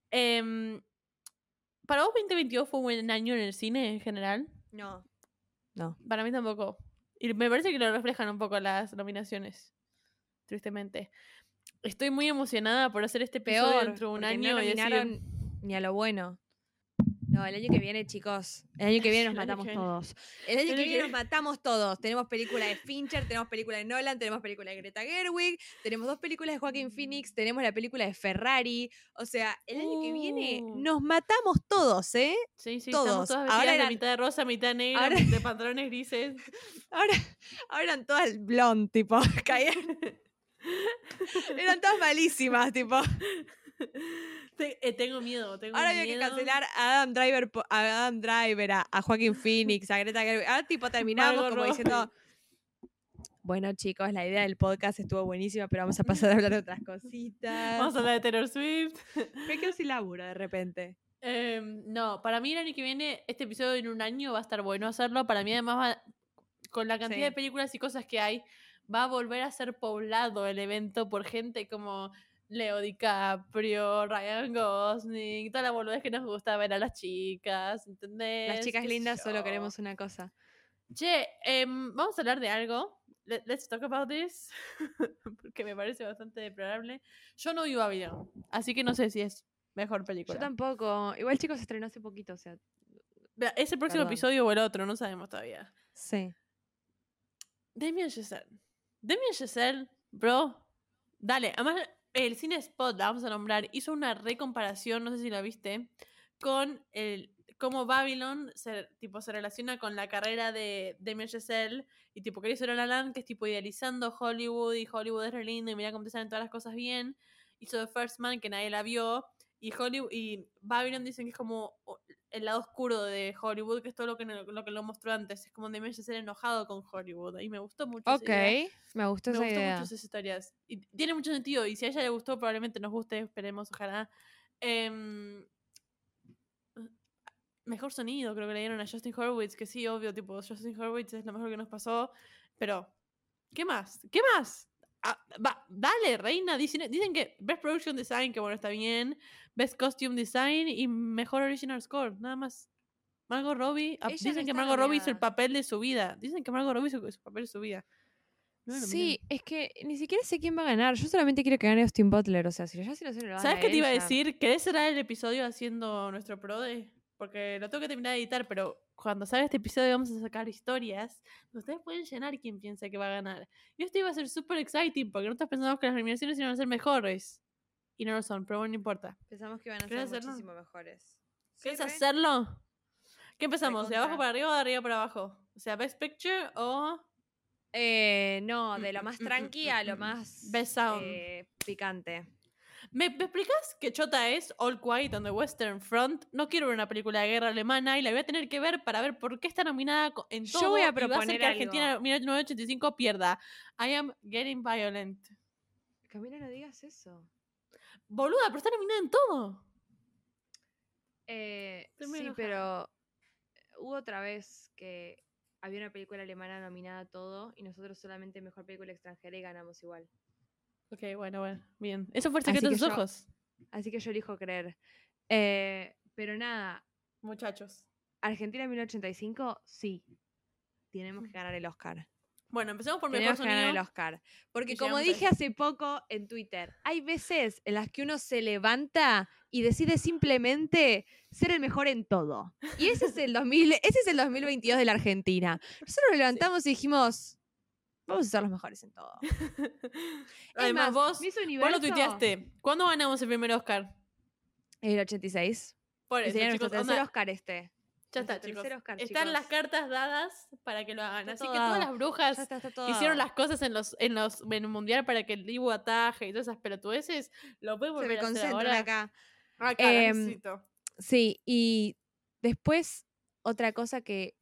¿Para vos 2022 fue un buen año en el cine en general? No. Para mí tampoco. Y me parece que lo reflejan un poco las nominaciones. Tristemente. Estoy muy emocionada por hacer este episodio dentro de un año. No nominaron ni a lo bueno. No, el año que viene, chicos. El año que viene nos matamos todos. El año que viene nos matamos todos. Tenemos película de Fincher, tenemos película de Nolan, tenemos película de Greta Gerwig, tenemos 2 películas de Joaquin Phoenix, tenemos la película de Ferrari. O sea, el año que viene nos matamos todos, ¿eh? Sí, todos. Estamos todas vestidas de mitad de rosa, mitad negra, de pantalones grises. Ahora eran todas blonde, tipo, caían. Eran todas malísimas, tipo. Tengo miedo. Ahora había que cancelar a Adam Driver, a Joaquin Phoenix, a Greta Gerwig. Ahora tipo terminamos como diciendo Bueno, chicos, la idea del podcast estuvo buenísima, pero vamos a pasar a hablar de otras cositas. Vamos a hablar de Taylor Swift. Me quedo sin laburo de repente. No, para mí el año que viene, este episodio en un año va a estar bueno hacerlo. Para mí además con la cantidad Sí. de películas y cosas que hay, va a volver a ser poblado el evento por gente como Leo DiCaprio, Ryan Gosling, toda la boludez que nos gusta ver a las chicas, ¿entendés? Las chicas ¿Qué sé lindas solo yo? queremos una cosa. Che, vamos a hablar de algo. Let's talk about this. Porque me parece bastante deplorable. Yo no vi Babylon, así que no sé si es mejor película. Yo tampoco. Igual, chicos, se estrenó hace poquito, o sea, ¿Es el próximo Perdón. episodio o el otro? No sabemos todavía. sí. Damien Chazelle, bro. Dale, además el Cine Spot, la vamos a nombrar, hizo una recomparación, no sé si la viste, con cómo Babylon se relaciona con la carrera de Damien Chazelle y tipo que hizo La La Land, que es tipo idealizando Hollywood y Hollywood es re lindo y mira cómo te salen todas las cosas bien. Hizo The First Man, que nadie la vio, y Hollywood y Babylon dicen que es como el lado oscuro de Hollywood, que es todo lo que lo mostró antes. Es como Damien Chazelle enojado con Hollywood. Y me gustó mucho esa Ok, idea. me gustó Me esa gustó idea. mucho esas historias. Y tiene mucho sentido. Y si a ella le gustó, probablemente nos guste. Esperemos, ojalá. Mejor sonido, creo que le dieron a Justin Hurwitz. Que sí, obvio, tipo, Justin Hurwitz es lo mejor que nos pasó. Pero, ¿qué más? ¿Qué más? Dale, reina. Dicen que Best Production Design, que bueno, está bien. Best Costume Design y Mejor Original Score. Nada más. Margot Robbie. Ella Dicen no que está Margot Robbie hizo el nominada. papel de su vida. Dicen que Margot Robbie hizo su papel de su vida. No la Sí, nominan. es que ni siquiera sé quién va a ganar. Yo solamente quiero que gane Austin Butler. O sea, si no sé, lo gana ¿Sabes qué te iba a ella. decir? ¿Querés cerrar el episodio haciendo nuestro prode? Porque lo tengo que terminar de editar, pero cuando salga este episodio vamos a sacar historias. Ustedes pueden llenar quién piensa que va a ganar. Y esto iba a ser súper exciting, porque nosotros pensamos que las nominaciones iban a ser mejores. Y no lo son, pero bueno, no importa. Pensamos que iban a ¿Querés ser hacerlo? muchísimo mejores. ¿Querés Sí, re. hacerlo? ¿Qué empezamos? ¿De Recontra. abajo para arriba o de arriba para abajo? O sea, Best Picture o No, de lo más tranqui a lo más Best Sound. picante. ¿Me explicas qué chota es All Quiet on the Western Front? No quiero ver una película de guerra alemana y la voy a tener que ver para ver por qué está nominada en todo. Yo voy a y va a hacer proponer que Argentina algo. 1985 pierda. I am getting violent. Camila, no digas eso. Boluda, pero está nominada en todo. Estoy muy Sí, enojada. pero hubo otra vez que había una película alemana nominada a todo y nosotros solamente mejor película extranjera y ganamos igual. Ok, bueno, bien. Eso fue el Así secreto de que tus yo- ojos, Así que yo elijo creer. Pero nada, muchachos. Argentina 1985, sí. Tenemos que ganar el Oscar. Bueno, empecemos por mejor Tenemos que ganar el sonido. Oscar. Porque y como llegamos a dije eso. hace poco en Twitter, hay veces en las que uno se levanta y decide simplemente ser el mejor en todo. Y ese es el 2022 de la Argentina. Nosotros nos levantamos y dijimos, vamos a ser los mejores en todo. Además, vos Miss lo Universo, tuiteaste. ¿Cuándo ganamos el primer Oscar? el 86. Por Y eso, sería chicos, nuestro tercer onda, Oscar este. ya está, nuestro chicos. tercer Oscar, Están chicos. las cartas dadas para que lo hagan. Está Así todo que todas dado. las brujas Ya está todo hicieron dado. las cosas en el mundial para que el Dibu ataje y todas esas pelotudeces. Lo pueden Se volver me a hacer concentran ahora. acá. Acá las Em, necesito. Sí, y después otra cosa que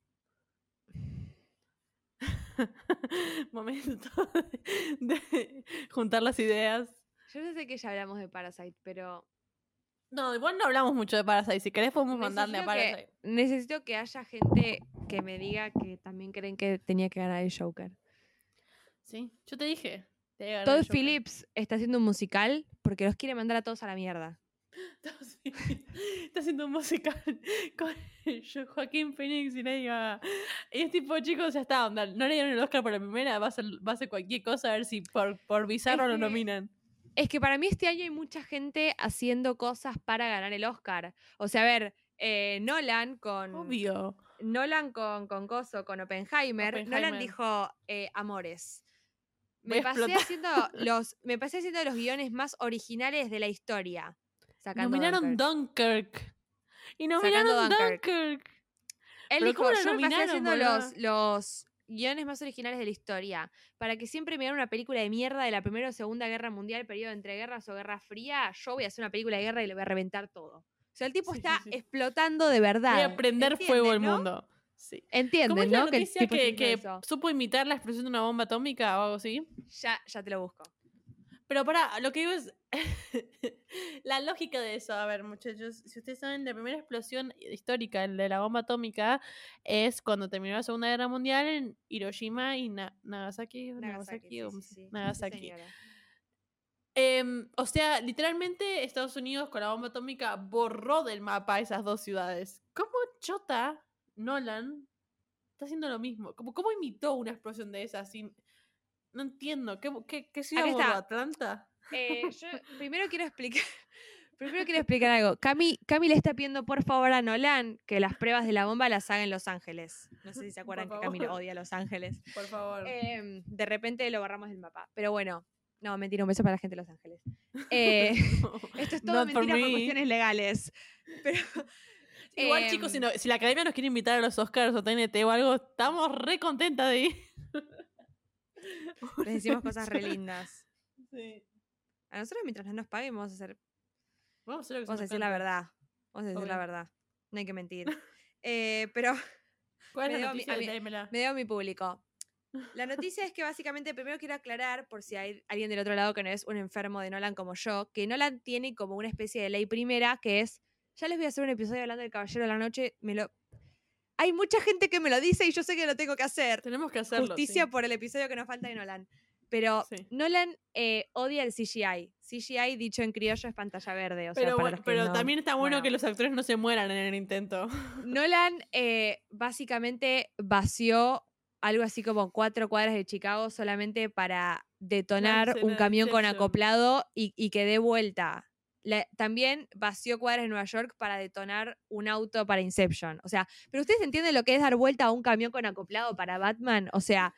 Momento de juntar las ideas. yo no sé que ya hablamos de Parasite, pero No, igual no hablamos mucho de Parasite. Si querés podemos mandarle a necesito Parasite. necesito que haya gente que me diga que también creen que tenía que ganar el Joker. Sí, yo te dije. te iba a ganar Todd el Joker. Phillips está haciendo un musical porque los quiere mandar a todos a la mierda. Está haciendo un musical con Joaquín Phoenix y Lady Gaga. Y es tipo, chicos, ya está, onda. No le dieron el Oscar por la primera, va a hacer cualquier cosa a ver si por Bizarro Es lo que- nominan. Es que para mí este año hay mucha gente haciendo cosas para ganar el Oscar. O sea, a ver, Nolan con Obvio. Coso, con Oppenheimer. Nolan Oppenheimer. dijo Amores. Voy a explotar. Me pasé haciendo los guiones más originales de la historia. Sacando Nominaron Dunkirk. Dunkirk. Y nominaron Dunkirk. Dunkirk. Él Pero dijo, ¿cómo lo yo me pasé nominaron, haciendo boluda? los guiones más originales de la historia. Para que siempre me hagan una película de mierda de la Primera o Segunda Guerra Mundial, periodo entre guerras o Guerra Fría, yo voy a hacer una película de guerra y le voy a reventar todo. O sea, el tipo Sí, está sí, sí. explotando de verdad. Voy a prender fuego el ¿entienden, no? mundo. Sí. ¿Cómo Entienden, es la ¿no? Que el noticia tipo que, hizo que eso. supo imitar la explosión de una bomba atómica o algo así? Ya te lo busco. Pero para, lo que digo es la lógica de eso. A ver, muchachos, si ustedes saben, la primera explosión histórica, el de la bomba atómica, es cuando terminó la Segunda Guerra Mundial en Hiroshima y Nagasaki. Nagasaki, o sí. Sí, Nagasaki. señora. O sea, literalmente Estados Unidos con la bomba atómica borró del mapa esas dos ciudades. ¿Cómo chota Nolan está haciendo lo mismo? ¿Cómo imitó una explosión de esas? No entiendo. ¿Qué ciudad Acá borró? está. ¿Atlanta? Yo primero quiero explicar algo. Cami le está pidiendo por favor a Nolan que las pruebas de la bomba las haga en Los Ángeles. No sé si se acuerdan Por que Cami favor. odia Los Ángeles. Por favor. De repente lo borramos del mapa. Pero bueno, no, mentira, un beso para la gente de Los Ángeles. Esto es todo Not for mentira por me. cuestiones legales. Pero, Igual, chicos, si la academia nos quiere invitar a los Oscars o TNT o algo, estamos re contentas de ir. les decimos cosas re lindas. Sí. A nosotros, mientras no nos paguen, vamos a hacer. Vamos a hacer lo que se Vamos a nos decir la cante. verdad. Vamos a decir la Obvio. verdad. No hay que mentir. Pero ¿Cuál me es la debo a mi- noticia? a mi- Démela. me debo a mi público. La noticia es que básicamente primero quiero aclarar, por si hay alguien del otro lado que no es un enfermo de Nolan como yo, que Nolan tiene como una especie de ley primera que es, ya les voy a hacer un episodio hablando del Caballero de la Noche, hay mucha gente que me lo dice y yo sé que lo tengo que hacer. Tenemos que hacerlo. Justicia sí. por el episodio que nos falta de Nolan. Pero Sí. Nolan odia el CGI. CGI, dicho en criollo, es pantalla verde. O sea, Pero, para bueno, los que pero no- también está bueno bueno. que los actores no se mueran en el intento. Nolan básicamente vació algo así como 4 cuadras de Chicago solamente para detonar escena un de camión con Inception. acoplado y que dé vuelta. También vació cuadras de Nueva York para detonar un auto para Inception. O sea, ¿pero ustedes entienden lo que es dar vuelta a un camión con acoplado para Batman? O sea,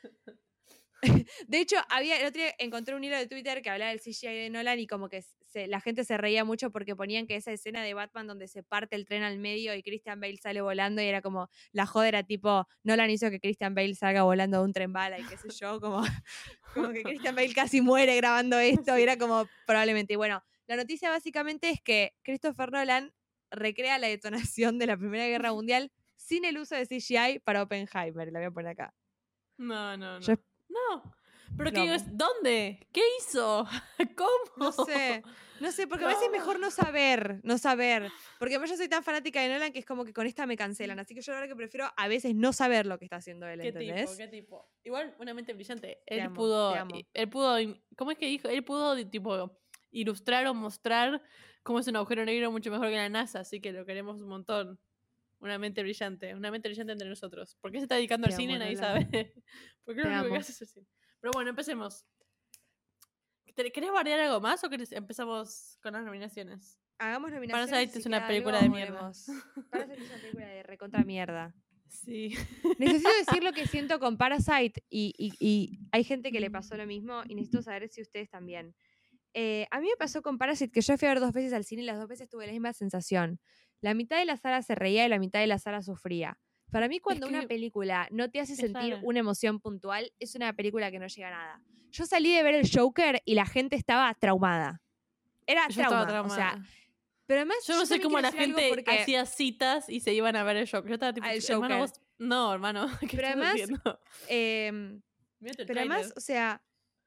de hecho, el otro día encontré un hilo de Twitter que hablaba del CGI de Nolan y como que la gente se reía mucho porque ponían que esa escena de Batman donde se parte el tren al medio y Christian Bale sale volando y era como, la joda era tipo, Nolan hizo que Christian Bale salga volando de un tren bala y qué sé yo, como que Christian Bale casi muere grabando esto y era como, probablemente. Y bueno, la noticia básicamente es que Christopher Nolan recrea la detonación de la Primera Guerra Mundial sin el uso de CGI para Oppenheimer. La voy a poner acá. No. Yo No. Pero Lo ¿qué amo. ¿Dónde? ¿Qué hizo? ¿Cómo? No sé, porque a veces es mejor no saber, porque yo soy tan fanática de Nolan que es como que con esta me cancelan, así que yo la verdad que prefiero a veces no saber lo que está haciendo él, ¿entendés? ¿Qué tipo? Igual, una mente brillante. Te Él amo, pudo, te amo. ¿cómo es que dijo? Él pudo, tipo, ilustrar o mostrar cómo es un agujero negro mucho mejor que la NASA, así que lo queremos un montón. Una mente brillante entre nosotros. ¿Por qué se está dedicando Te al cine? amo, Nadie Nolan. sabe. Porque Te lo único que amo. hace es el cine. Pero bueno, empecemos. ¿Querés variar algo más o empezamos con las nominaciones? Hagamos nominaciones. Parasite si es una queda película algo, de mierda. volvemos. Parasite es una película de recontra mierda. Sí. Necesito decir lo que siento con Parasite y hay gente que le pasó lo mismo y necesito saber si ustedes también. A mí me pasó con Parasite que yo fui a ver 2 veces al cine y las 2 veces tuve la misma sensación. La mitad de la sala se reía y la mitad de la sala sufría. Para mí, cuando que una película no te hace es sentir rara. una emoción puntual, es una película que no llega a nada. Yo salí de ver el Joker y la gente estaba traumada. Era Yo estaba trauma, o sea, traumada. pero además Yo no sé también cómo quiero la decir algo gente porque- hacía citas y se iban a ver el Joker. Yo estaba tipo, Al hermano, Joker. vos... No, hermano, ¿qué Pero estás además, haciendo? Mírate el pero además, tráiler. o sea,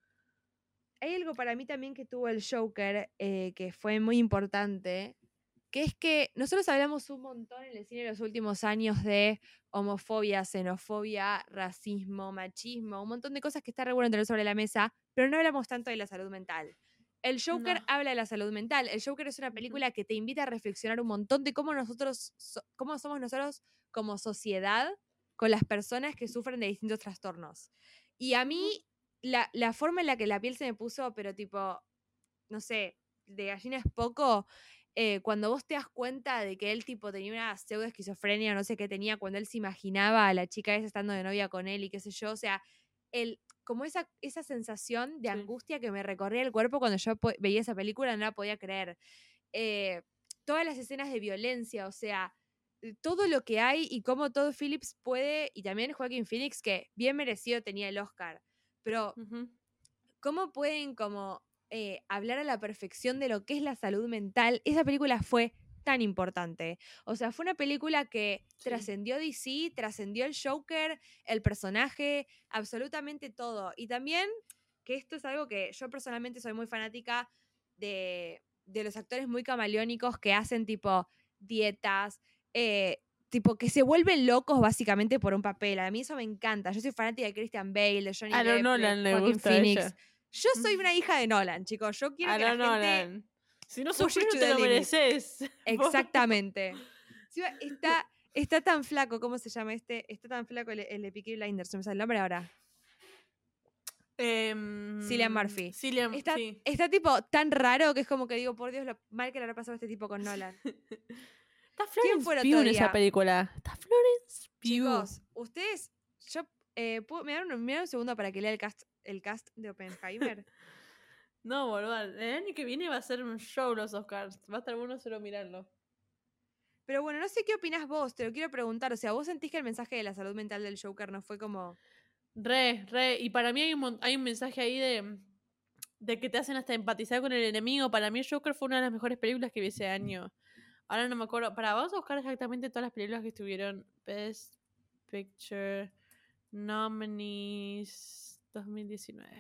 hay algo para mí también que tuvo el Joker que fue muy importante, que es que nosotros hablamos un montón en el cine en los últimos años de homofobia, xenofobia, racismo, machismo, un montón de cosas que está re bueno tener sobre la mesa, pero no hablamos tanto de la salud mental. El Joker No. habla de la salud mental. El Joker es una película que te invita a reflexionar un montón de cómo cómo somos nosotros como sociedad con las personas que sufren de distintos trastornos. Y a mí, la forma en la que la piel se me puso, pero tipo, no sé, de gallina es poco, cuando vos te das cuenta de que él tipo tenía una pseudo esquizofrenia, no sé qué tenía, cuando él se imaginaba a la chica esa estando de novia con él y qué sé yo, o sea, como esa sensación de Sí. angustia que me recorría el cuerpo cuando yo veía esa película, no la podía creer. Todas las escenas de violencia, o sea, todo lo que hay y cómo Todd Phillips puede, y también Joaquin Phoenix, que bien merecido tenía el Oscar, pero Ujú. cómo pueden como hablar a la perfección de lo que es la salud mental. Esa película fue tan importante. O sea, fue una película que Sí. trascendió DC, trascendió el Joker, el personaje, absolutamente todo. Y también, que esto es algo que yo personalmente soy muy fanática de los actores muy camaleónicos que hacen tipo dietas, tipo que se vuelven locos básicamente por un papel. A mí eso me encanta. Yo soy fanática de Christian Bale, de Johnny A lo Depp, Nolan de le Joaquin gusta Phoenix. ella. Yo soy una hija de Nolan, chicos. Yo quiero A que lo la gente... Nolan. Si no sos push it no to te the lo limit. mereces. Exactamente. Sí, está tan flaco, ¿cómo se llama este? Está tan flaco el de Peaky Blinders, se me sale el nombre ahora. Cillian Murphy. Cillian, Está, sí. está tipo tan raro que es como que digo, por Dios, lo mal que le habrá pasado a este tipo con Nolan. Está Florence fue el Pugh otro en esa día? película. Está Florence Pugh. Chicos, ustedes, ¿me dan un segundo para que lea el cast de Oppenheimer? No, boludo. El año que viene va a ser un show los Oscars. Va a estar bueno solo mirarlo. Pero bueno, no sé qué opinás vos, te lo quiero preguntar. O sea, ¿vos sentís que el mensaje de la salud mental del Joker no fue como... Re. Y para mí hay un mensaje ahí de que te hacen hasta empatizar con el enemigo. Para mí Joker fue una de las mejores películas que vi ese año. Ahora no me acuerdo. Vamos a buscar exactamente todas las películas que estuvieron. Best Picture Nominees 2019.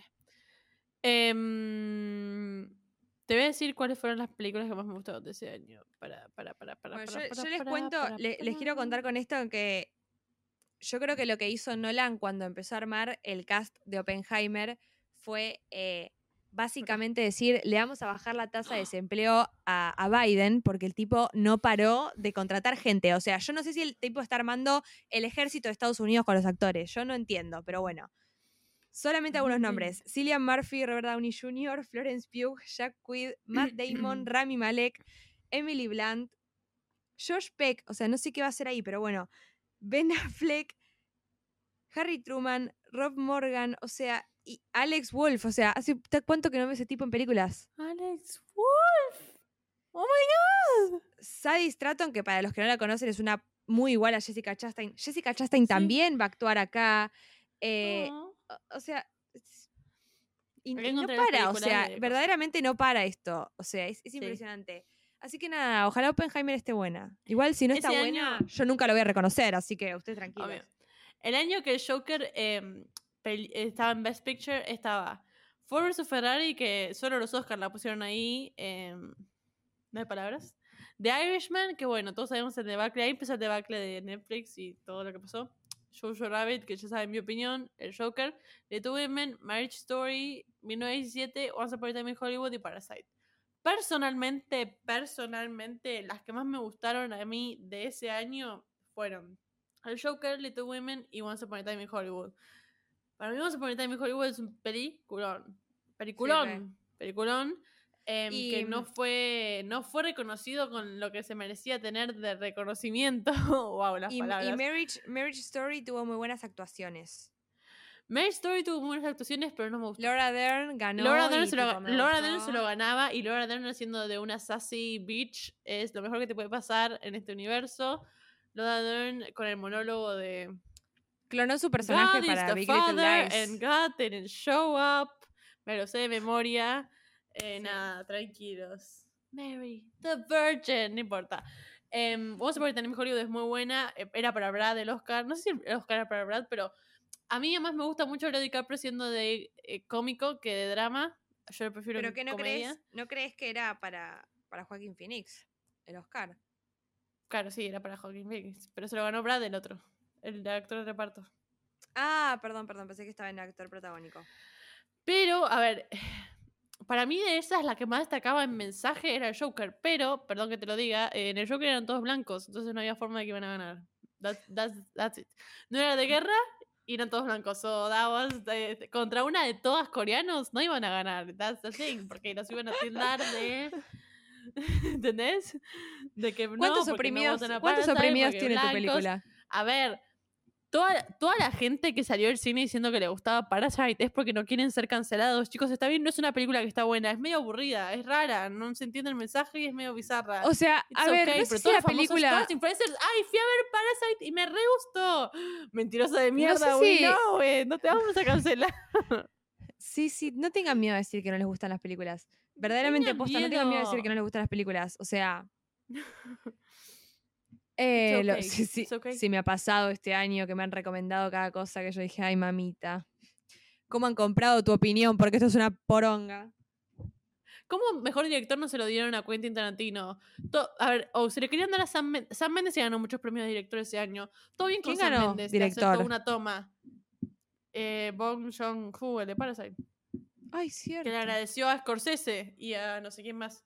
Te voy a decir cuáles fueron las películas que más me gustaron de ese año. Yo les cuento, les quiero contar con esto que yo creo que lo que hizo Nolan cuando empezó a armar el cast de Oppenheimer fue básicamente decir, le vamos a bajar la tasa de desempleo a Biden porque el tipo no paró de contratar gente. O sea, yo no sé si el tipo está armando el ejército de Estados Unidos con los actores. Yo no entiendo, pero bueno. Solamente algunos nombres. Cillian Murphy, Robert Downey Jr., Florence Pugh, Jack Quaid, Matt Damon, Rami Malek, Emily Blunt, Josh Peck, o sea, no sé qué va a hacer ahí, pero bueno, Ben Affleck, Harry Truman, Rob Morgan, o sea, y Alex Wolff, o sea, ¿hace cuánto que no veo ese tipo en películas? Alex Wolff. Oh my God. Sadie Stratton, que para los que no la conocen es una muy igual a Jessica Chastain. Jessica Chastain también va a actuar acá. O sea, y no para, o sea, verdaderamente no para esto. O sea, es impresionante. Así que nada, ojalá Oppenheimer esté buena. Igual si no está buena, yo nunca lo voy a reconocer, así que ustedes tranquilos. Obvio. El año que el Joker estaba en Best Picture estaba Ford vs Ferrari, que solo los Oscars la pusieron ahí, no hay palabras. The Irishman, que bueno, todos sabemos el debacle, ahí empezó el debacle de Netflix y todo lo que pasó. Jojo Rabbit, que ya saben mi opinión, el Joker, Little Women, Marriage Story, 1917, Once Upon a Time in Hollywood y Parasite. Personalmente, las que más me gustaron a mí de ese año fueron el Joker, Little Women y Once Upon a Time in Hollywood. Para mí Once Upon a Time in Hollywood es un peliculón. Que no fue reconocido con lo que se merecía tener de reconocimiento. Wow, las palabras. Y Marriage Story tuvo muy buenas actuaciones. Marriage Story tuvo muy buenas actuaciones, pero no me gustó. Laura Dern ganó. Laura Dern se lo ganaba, y Laura Dern haciendo de una sassy bitch es lo mejor que te puede pasar en este universo. Laura Dern con el monólogo de... Clonó su personaje God para is Big the Little Father Lies. and God didn't show up. Me lo sé de memoria. Nada, tranquilos. Mary, the Virgin, no importa. Vamos a poner también Hollywood, es muy buena. Era para Brad el Oscar. No sé si el Oscar era para Brad, pero a mí además me gusta mucho Brad DiCaprio siendo de cómico que de drama. Yo lo prefiero. ¿Pero qué no comedia. ¿No crees que era para Joaquin Phoenix el Oscar? Claro, sí, era para Joaquin Phoenix. Pero se lo ganó Brad el otro, el de actor de reparto. Ah, perdón, pensé que estaba en actor protagónico. Pero, a ver, para mí de esas la que más destacaba en mensaje era el Joker. Pero, perdón que te lo diga, en el Joker eran todos blancos, entonces no había forma de que iban a ganar. That's it. No era de guerra y eran todos blancos. So that was contra una de todas coreanos no iban a ganar. That's the thing, porque los iban a tildar de... ¿Entendés? De que ¿Cuántos oprimidos tiene tu película? A ver, toda la gente que salió del cine diciendo que le gustaba Parasite es porque no quieren ser cancelados. Chicos, está bien, no es una película que está buena, es medio aburrida, es rara, no se entiende el mensaje y es medio bizarra. O sea, a ver, no sé si la película... Influencers, ay, fui a ver Parasite y me re gustó. Mentirosa de mierda, no güey, sé si... güey, no te vamos a cancelar. Sí, no tengan miedo a decir que no les gustan las películas. Verdaderamente, posta, no tengan miedo a decir que no les gustan las películas. O sea, It's okay. Sí, It's okay. sí me ha pasado este año que me han recomendado cada cosa que yo dije, ay, mamita. ¿Cómo han comprado tu opinión? Porque esto es una poronga. ¿Cómo mejor director no se lo dieron a Quentin Tarantino? A ver, se le querían dar a Sam Mendes. Sam Mendes se ganó muchos premios de director ese año. Todo bien con ¿Quién Sam ganó Mendes, que director? aceptó una toma. Bong Joon-ho, el de Parasite. Ay, cierto. Que le agradeció a Scorsese y a no sé quién más.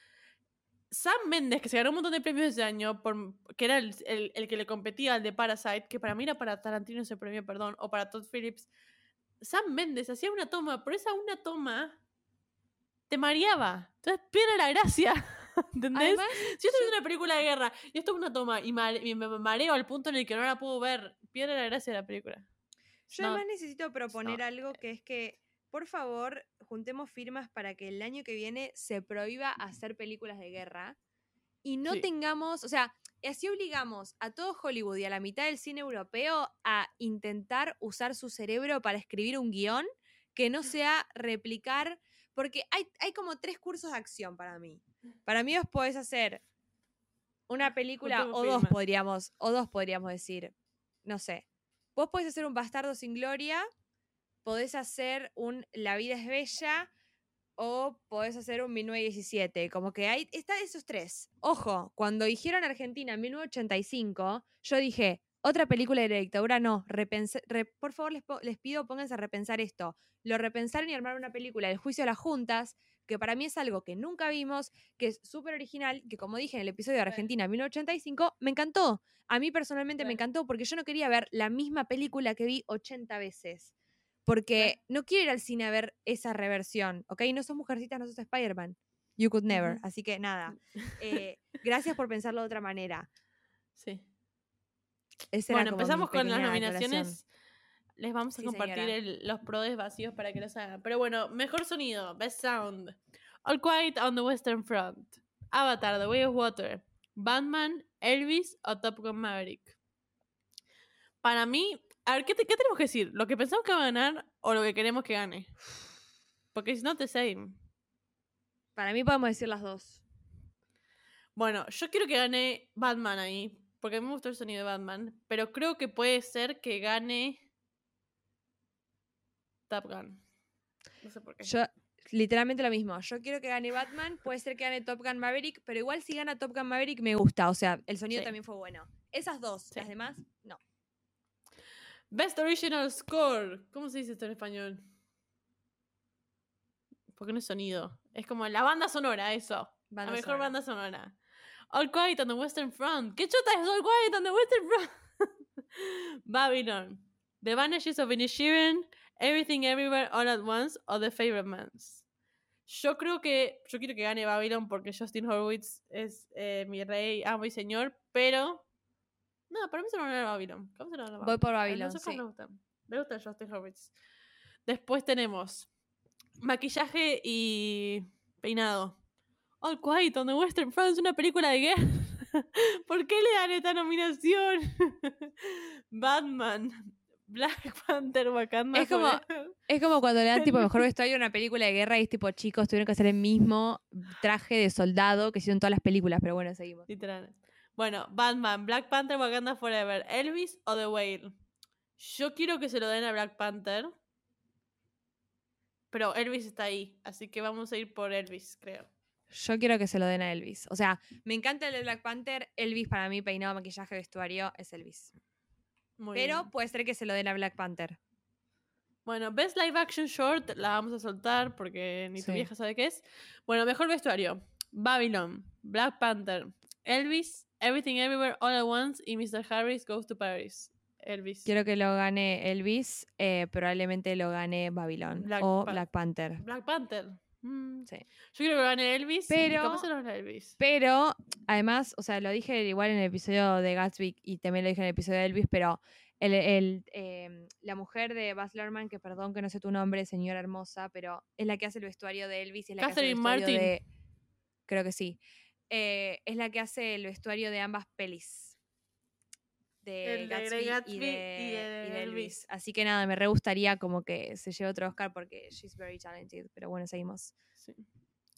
Sam Mendes, que se ganó un montón de premios ese año, que era el que le competía al de Parasite, que para mí era para Tarantino ese premio, perdón, o para Todd Phillips. Sam Mendes hacía una toma, pero esa una toma te mareaba. Entonces pierde la gracia. ¿Entendés? Además, si yo estoy viendo una película de guerra y esto es una toma y me mareo al punto en el que no la puedo ver, pierde la gracia de la película. Yo además necesito proponer algo que es que, por favor, juntemos firmas para que el año que viene se prohíba hacer películas de guerra y no tengamos, o sea, así obligamos a todo Hollywood y a la mitad del cine europeo a intentar usar su cerebro para escribir un guión que no sea replicar, porque hay como 3 cursos de acción para mí. Para mí vos podés hacer una película Juntemos o dos podríamos decir, no sé. Vos podés hacer un Bastardo sin Gloria, podés hacer un La vida es bella o podés hacer un 1917. Como que está esos 3. Ojo, cuando dijeron Argentina en 1985, yo dije, otra película de la dictadura no. Por favor, les pido, pónganse a repensar esto. Lo repensaron y armaron una película, El juicio de las juntas, que para mí es algo que nunca vimos, que es súper original, que como dije en el episodio de Argentina 1985, me encantó. A mí personalmente me encantó porque yo no quería ver la misma película que vi 80 veces. Porque no quiero ir al cine a ver esa reversión, ¿ok? No sos Mujercitas, no sos Spider-Man. You could never. Así que nada. Gracias por pensarlo de otra manera. Sí. Bueno, empezamos con las nominaciones. Declaración. Les vamos a compartir los prodes vacíos para que los hagan. Pero bueno, mejor sonido, Best Sound. All Quiet on the Western Front. Avatar, The Way of Water. Batman, Elvis o Top Gun Maverick. Para mí, a ver, ¿qué tenemos que decir? ¿Lo que pensamos que va a ganar o lo que queremos que gane? Porque it's not the same. Para mí podemos decir las dos. Bueno, yo quiero que gane Batman ahí, porque a mí me gustó el sonido de Batman, pero creo que puede ser que gane Top Gun. No sé por qué. Yo, literalmente lo mismo. Yo quiero que gane Batman, puede ser que gane Top Gun Maverick, pero igual si gana Top Gun Maverick me gusta. O sea, el sonido también fue bueno. Esas dos, las demás, no. Best Original Score. ¿Cómo se dice esto en español? Porque no es sonido. Es como la banda sonora, eso. La mejor banda sonora. All Quiet on the Western Front. ¿Qué chota es All Quiet on the Western Front? Babylon. The Vanishes of Inisherin. Everything Everywhere All at Once o The Fabelmans. Yo quiero que gane Babylon porque Justin Horwitz es mi rey, amo y señor, pero no, para mí se lo van a dar a Babylon. ¿Cómo se lo van a dar? Voy por Babylon, sí. Me gusta Justin Horwitz. Después tenemos maquillaje y peinado. All Quiet on the Western Front es una película de guerra. ¿Por qué le dan esta nominación? Batman, Black Panther, Wakanda. Es como cuando le dan tipo mejor vestuario a una película de guerra y es tipo chicos tuvieron que hacer el mismo traje de soldado que hicieron todas las películas, pero bueno, seguimos. Literal. Bueno, Batman, Black Panther, Wakanda Forever, Elvis o The Whale. Yo quiero que se lo den a Black Panther, pero Elvis está ahí, así que vamos a ir por Elvis, creo. Yo quiero que se lo den a Elvis. O sea, me encanta el de Black Panther. Elvis para mí, peinado, maquillaje, vestuario, es Elvis. Pero bien. puede ser que se lo den a Black Panther. Bueno, Best Live Action Short la vamos a soltar porque ni tu vieja sabe qué es. Bueno, mejor vestuario. Babylon, Black Panther, Elvis, Everything Everywhere All at Once y Mr. Harris Goes to Paris. Elvis. Quiero que lo gane Elvis, probablemente lo gane Babylon Black Panther. Black Panther. Sí. Yo quiero que gane Elvis, pero capaz se lo gane Elvis. Pero, además, o sea, lo dije igual en el episodio de Gatsby y también lo dije en el episodio de Elvis, pero la mujer de Baz Luhrmann, que perdón que no sé tu nombre, señora hermosa, pero es la que hace el vestuario de Elvis y es la Catherine que hace el vestuario Martin. creo que sí. Es la que hace el vestuario de ambas pelis. De Gatsby y de Elvis. Así que nada, me re gustaría como que se lleve otro Oscar porque she's very talented. Pero bueno, seguimos. Sí.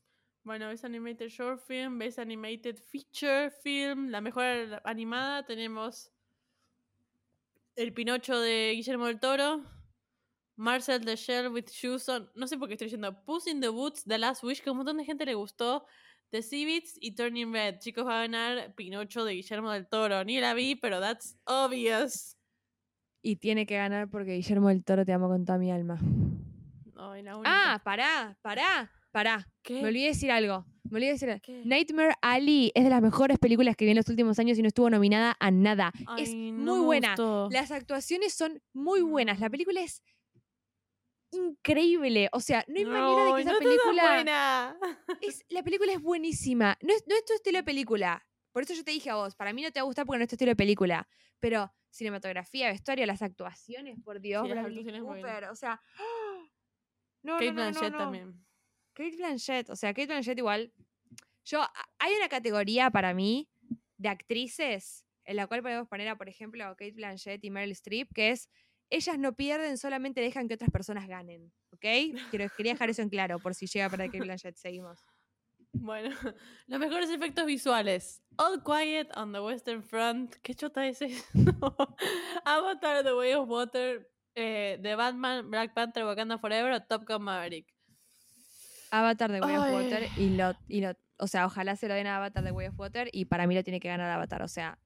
Bueno, Best Animated Short Film, Best Animated Feature Film, la mejor animada tenemos El Pinocho de Guillermo del Toro, Marcel the Shell with Shoes on, no sé por qué estoy diciendo, Puss in the Boots, The Last Wish, que a un montón de gente le gustó, The Seabits y Turning Red. Chicos, va a ganar Pinocho de Guillermo del Toro. Ni la vi, pero that's obvious. Y tiene que ganar porque Guillermo del Toro te amo con toda mi alma. Ay, la única. Ah, pará. ¿Qué? Me olvidé de decir algo. ¿Qué? Nightmare Alley es de las mejores películas que vi en los últimos años y no estuvo nominada a nada. Ay, Es no muy me buena. gustó. Las actuaciones son muy buenas. La película es increíble. O sea, no hay manera de que esa no película... buena. La película es buenísima. No es tu estilo de película. Por eso yo te dije a vos, para mí no te va a gustar porque no es tu estilo de película. Pero cinematografía, vestuario, las actuaciones, por Dios, Sí, las Bradley actuaciones muy Cooper, o sea... No, Kate no, no, Blanchett no. también. Kate Blanchett, igual. Hay una categoría para mí de actrices en la cual podemos poner a, por ejemplo, a Kate Blanchett y Meryl Streep, que es, ellas no pierden, solamente dejan que otras personas ganen, ¿ok? Quería dejar eso en claro, por si llega a perder Kate Blanchett, seguimos. Bueno, los mejores efectos visuales. All Quiet on the Western Front. ¿Qué chota es eso? Avatar, The Way of Water, The Batman, Black Panther, Wakanda Forever o Top Gun Maverick. Avatar de Way of Ay. Water o sea, ojalá se lo den a Avatar de Way of Water y para mí lo tiene que ganar Avatar, o sea.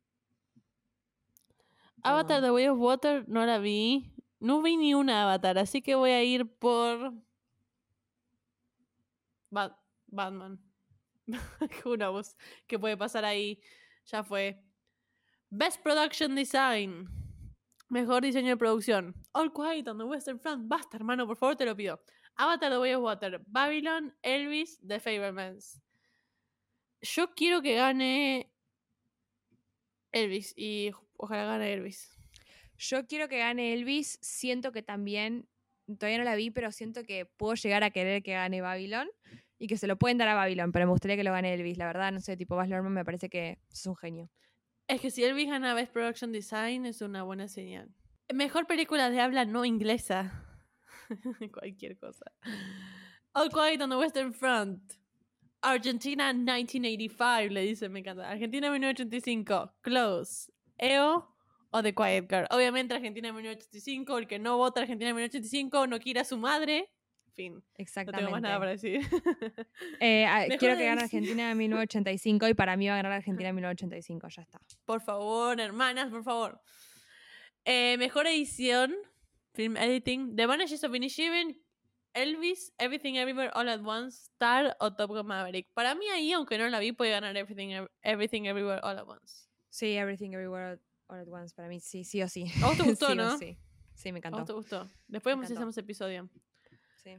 Avatar, The Way of Water no la vi. No vi ni una Avatar, así que voy a ir por Batman. Who knows qué puede pasar ahí. Ya fue. Best Production Design. Mejor diseño de producción. All Quiet on the Western Front. Basta, hermano, por favor, te lo pido. Avatar, The Way of Water. Babylon, Elvis, The Fabelmans. Yo quiero que gane Elvis y ojalá gane Elvis. Yo quiero que gane Elvis. Siento que también, todavía no la vi, pero siento que puedo llegar a querer que gane Babylon y que se lo pueden dar a Babylon, pero me gustaría que lo gane Elvis. La verdad, no sé, tipo Baz Luhrmann me parece que es un genio. Es que si Elvis gana Best Production Design es una buena señal. Mejor película de habla no inglesa. Cualquier cosa. All Quiet on the Western Front. Argentina 1985, le dice, me encanta. Argentina 1985. Close. EO o The Quiet Girl. Obviamente Argentina 1985. El que no vota Argentina 1985 no quiere a su madre. Fin. Exactamente. No tengo más nada para decir. Quiero que gane Argentina en 1985 y para mí va a ganar Argentina en 1985, ya está. Por favor, hermanas, por favor. Mejor edición, film editing, The Banshees of Inisherin, Elvis, Everything Everywhere All at Once, Star o Top Gun Maverick. Para mí ahí, aunque no la vi, puede ganar Everything Everywhere All at Once. Sí, Everything Everywhere All at Once, para mí sí o sí. ¿A vos te gustó, sí no? Sí, me encantó. ¿A vos te gustó? Después Me encantó. hacemos episodio. Sí.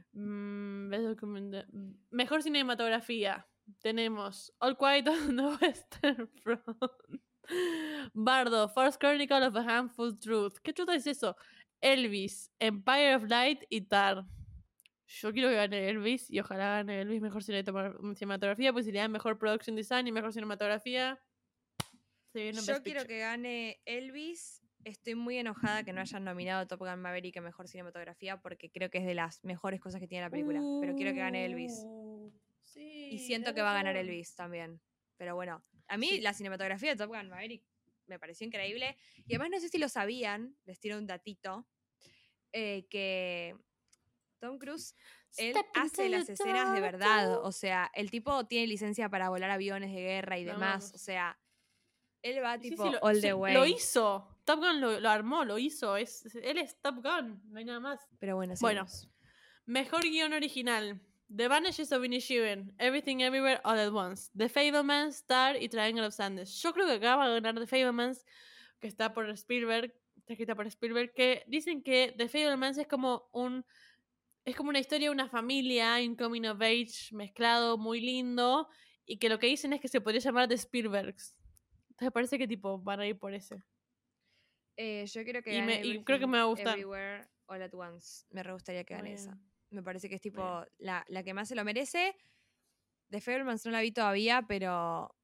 Mejor cinematografía. Tenemos All Quiet on the Western Front, Bardo, First Chronicle of a Handful Truth. ¿Qué chuta es eso? Elvis, Empire of Light y Tar. Yo quiero que gane Elvis y ojalá gane Elvis mejor cinematografía, pues si le dan mejor production design y mejor cinematografía. Yo quiero que gane Elvis. Estoy muy enojada que no hayan nominado a Top Gun Maverick a mejor cinematografía porque creo que es de las mejores cosas que tiene la película. Pero quiero que gane Elvis. Sí, Y siento que va a ganar Elvis también. Pero bueno, a mí la cinematografía de Top Gun Maverick me pareció increíble. Y además no sé si lo sabían, les tiro un datito, que Tom Cruise, él hace las escenas de verdad. O sea, el tipo tiene licencia para volar aviones de guerra y demás. O sea, él va tipo all the way. Lo hizo. Top Gun lo armó, lo hizo. Él es Top Gun, no hay nada más. Pero bueno, bueno, mejor guión original. The Banshees of Inisherin, Everything Everywhere All at Once, The Fabelmans, Star y Triangle of Sadness. Yo creo que acá va a ganar The Fabelmans, que está escrita por Spielberg, que dicen que The Fabelmans es como una historia de una familia, un coming of age mezclado, muy lindo, y que lo que dicen es que se podría llamar The Spielbergs. Entonces parece que tipo van a ir por ese. Yo quiero que y creo que me va a gustar. Everywhere All at Once. Me re gustaría que gane esa. Me parece que es tipo Bien. la que más se lo merece. The Fabelmans no la vi todavía, pero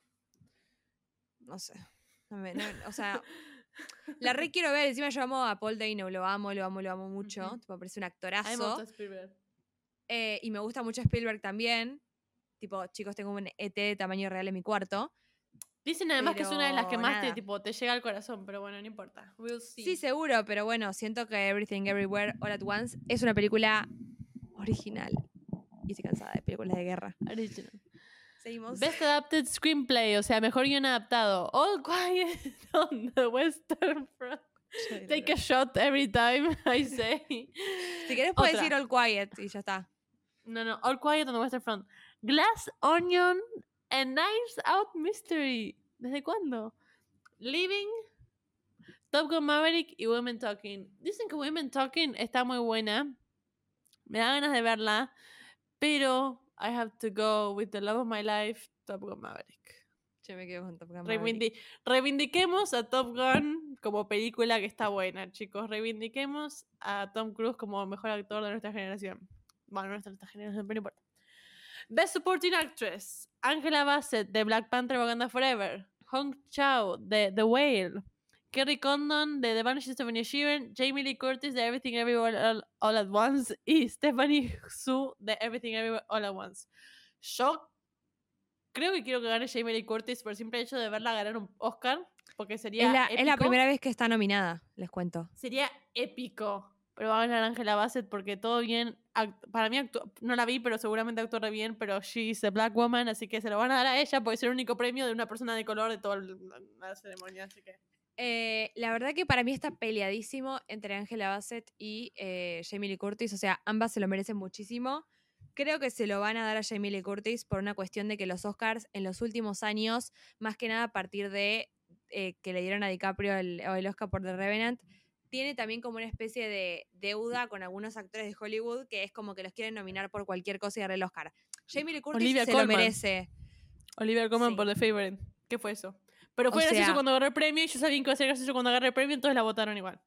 no sé. O sea, la re quiero ver. Encima yo amo a Paul Dano, lo amo mucho. Me parece un actorazo. A mí me gusta Spielberg. Y me gusta mucho Spielberg también. tipo, chicos, tengo un ET de tamaño real en mi cuarto. Dicen además que es una de las que Pero más te, nada. tipo, te llega al corazón, pero bueno, no importa. We'll see. Sí, seguro, pero bueno, siento que Everything Everywhere All at Once es una película original. Y estoy cansada de películas de guerra. Original. Seguimos. Best Adapted Screenplay, o sea, mejor guion adaptado. All Quiet on the Western Front. Take a shot every time I say. Si querés puedes Otra. decir All Quiet y ya está. No, All Quiet on the Western Front. Glass Onion and Knives Out Mystery. ¿Desde cuándo? Living, Top Gun Maverick y Women Talking. Dicen que Women Talking está muy buena. Me da ganas de verla. Pero I have to go with the love of my life, Top Gun Maverick. Yo me quedo con Top Gun Maverick. Reivindiquemos a Top Gun como película que está buena, chicos. Reivindiquemos a Tom Cruise como mejor actor de nuestra generación. Bueno, nuestra generación, pero no importa. Best Supporting Actress. Angela Bassett de Black Panther Wakanda Forever. Hong Chau de The Whale. Kerry Condon de The Banshees of Inisherin. Jamie Lee Curtis de Everything Everywhere All at Once. Y Stephanie Hsu de Everything Everywhere All at Once. Yo creo que quiero que gane Jamie Lee Curtis por el simple hecho de verla ganar un Oscar. Porque sería Es la épico. primera vez que está nominada, les cuento. Sería épico. Pero va a ganar Angela Bassett porque todo bien. Para mí no la vi, pero seguramente actuó re bien. Pero she's a black woman, así que se lo van a dar a ella porque es el único premio de una persona de color de toda la ceremonia. Así que. La verdad que para mí está peleadísimo entre Angela Bassett y Jamie Lee Curtis. O sea, ambas se lo merecen muchísimo. Creo que se lo van a dar a Jamie Lee Curtis por una cuestión de que los Oscars en los últimos años, más que nada a partir de que le dieron a DiCaprio el Oscar por The Revenant, tiene también como una especie de deuda con algunos actores de Hollywood que es como que los quieren nominar por cualquier cosa y darle el Oscar. Jamie Lee Curtis Olivia se Colman. lo merece. Olivia Colman Sí. por The Favourite. ¿Qué fue eso? Pero fue O gracioso sea- cuando agarró el premio y yo sabía que iba a ser gracioso cuando agarré el premio, entonces la votaron igual.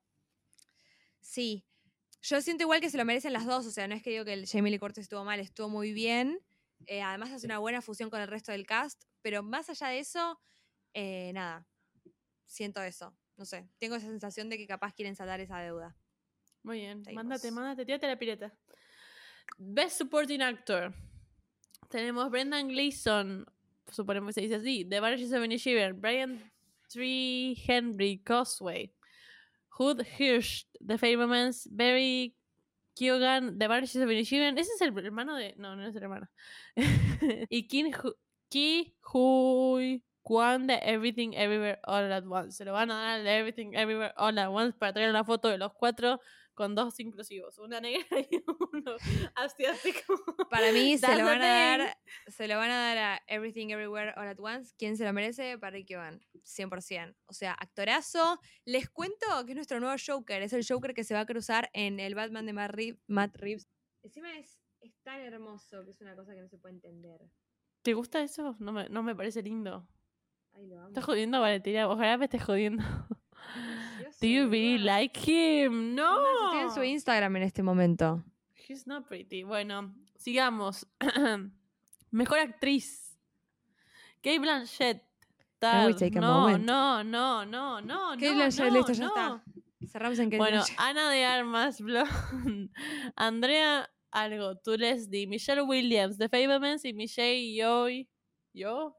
Sí. Yo siento igual que se lo merecen las dos. O sea, no es que digo que el Jamie Lee Curtis estuvo mal, estuvo muy bien. Además hace una buena fusión con el resto del cast. Pero más allá de eso, nada. Siento eso. No sé. Tengo esa sensación de que capaz quieren saldar esa deuda. Muy bien. Seguimos. Mándate, tírate la pileta. Best Supporting Actor. Tenemos Brendan Gleeson, suponemos que se dice así, The Banshees of Inisherin, Brian Tree Henry Cosway, Hood Hirsch, The Fablemans, Barry Keoghan, The Banshees of Inisherin. ¿Ese es el hermano de...? No, no es el hermano. Y Ki Hui Kwan de Everything Everywhere All at Once. Se lo van a dar al de Everything Everywhere All at Once para traer una foto de los cuatro con dos inclusivos. Una negra y uno asiático. Para mí se That's lo, the van a thing. dar, se lo van a dar a Everything Everywhere All at Once. ¿Quién se lo merece? Barry Keoghan. 100%. O sea, actorazo. Les cuento que es nuestro nuevo Joker. Es el Joker que se va a cruzar en el Batman de Matt Reeves. Encima es tan hermoso que es una cosa que no se puede entender. ¿Te gusta eso? No me parece lindo. Ay, lo amo. ¿Estás jodiendo, Valentina? Ojalá me estés jodiendo. Precioso, Do you really boluda. like him? Es más, No. estoy en su Instagram en este momento. He's not pretty. Bueno, sigamos. Mejor actriz. Kate Blanchett. Can we take a no, moment? no. Kate no, Blanchett, no, listo, ya no. está. Cerramos en Kate Bueno, Blanchett. Ana de Armas, Blonde. Andrea Algo, Tulesdi, Michelle Williams, The Fablemans y Michelle Yeoh. ¿Yo?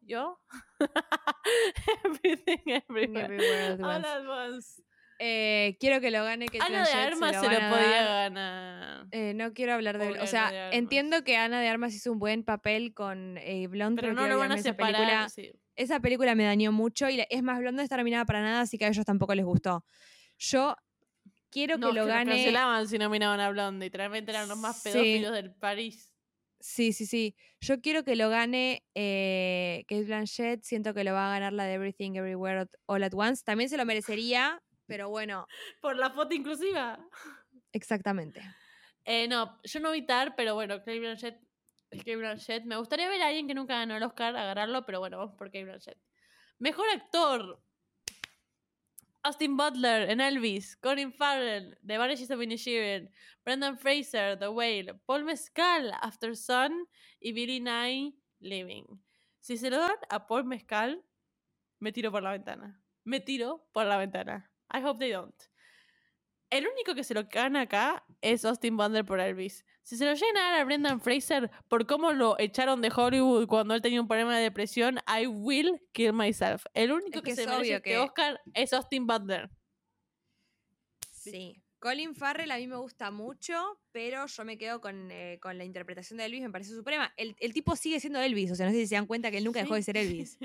Everything Everywhere. Everywhere at All Once. at Once. Quiero que lo gane Kate Ana de Blanchett. Armas se van lo a podía dar. ganar. No quiero hablar de... Pobre O sea, Ana de Armas. entiendo que Ana de Armas hizo un buen papel con Blonde, Pero no quiero lo van a olvidarme de esa separar. película. Sí. Esa película me dañó mucho y es más, Blonde no está nominada para nada, así que a ellos tampoco les gustó. Yo quiero No, que lo los gane... cancelaban si nominaban a Blonde. Literalmente eran los más Sí. pedófilos del París. Sí. Yo quiero que lo gane Kate Blanchett. Siento que lo va a ganar la de Everything Everywhere All at Once. También se lo merecería, pero bueno, Por la foto inclusiva. exactamente. No, yo no vi Tar, pero bueno, Kate Blanchett. Me gustaría ver a alguien que nunca ganó el Oscar agarrarlo, pero bueno, vamos por Kate Blanchett. Mejor actor. Austin Butler en Elvis, Colin Farrell, The Banshees of Inisherin, Brendan Fraser, The Whale, Paul Mescal, After Sun y Billy Nye, Living. Si se lo dan a Paul Mescal, me tiro por la ventana. I hope they don't. El único que se lo gana acá es Austin Butler por Elvis. Si se lo llegan a dar a Brendan Fraser por cómo lo echaron de Hollywood cuando él tenía un problema de depresión, I will kill myself. El único Es que que se es merece obvio este que- Oscar es Austin Butler. Sí. Colin Farrell a mí me gusta mucho, pero yo me quedo con la interpretación de Elvis, me parece suprema. El tipo sigue siendo Elvis, o sea, no sé si se dan cuenta que él nunca dejó de ser Elvis.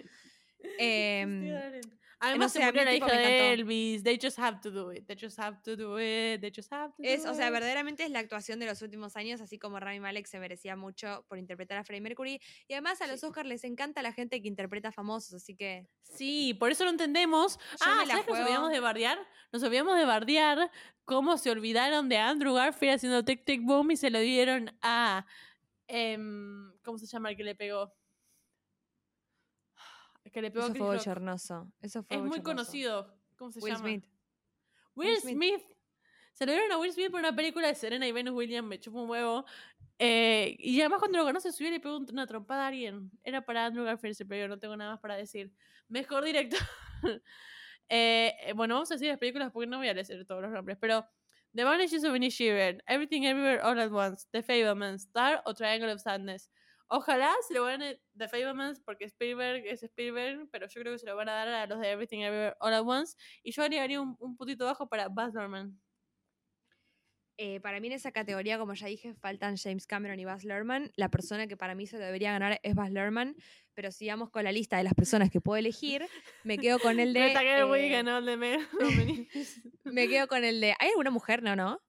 Además no sé, se a mí murió el la tipo hija me de encantó. Elvis. They just have to do it. They just have to do it. They just have to do Es, o sea, it. verdaderamente es la actuación de los últimos años, así como Rami Malek se merecía mucho por interpretar a Freddie Mercury. Y además a los Oscars les encanta la gente que interpreta famosos, así que Sí, por eso lo entendemos. Yo me la ¿Sabes que nos juego. olvidamos de bardear? Nos olvidamos de bardear cómo se olvidaron de Andrew Garfield haciendo Tic Tic Boom y se lo dieron a... ¿cómo se llama el que le pegó? El que le pegó a eso Chris fue Rock. bochornoso. Eso fue Es muy bochornoso. conocido. ¿Cómo se Will llama? Smith. Will Smith. Se lo dieron a Will Smith por una película de Serena y Venus Williams, me chupa un huevo. Y además cuando lo conoce subió y le pegó una trompada a alguien. Era para Andrew Garfield ese premio, no tengo nada más para decir. Mejor director. Bueno, vamos a decir las películas porque no voy a decir todos los nombres, pero The Banshees of Inisherin, Everything Everywhere All at Once, The Fabelmans, Star o Triangle of Sadness. Ojalá se lo gane The Fabelmans porque Spielberg es Spielberg, pero yo creo que se lo van a dar a los de Everything Everywhere All at Once. Y yo haría un putito bajo para Baz Luhrmann. Para mí en esa categoría, como ya dije, faltan James Cameron y Baz Luhrmann. La persona que para mí se lo debería ganar es Baz Luhrmann, pero si vamos con la lista de las personas que puedo elegir, me quedo con el de... Greta Gerwig ganó el de Meg. me quedo con el de... ¿Hay alguna mujer? No. No.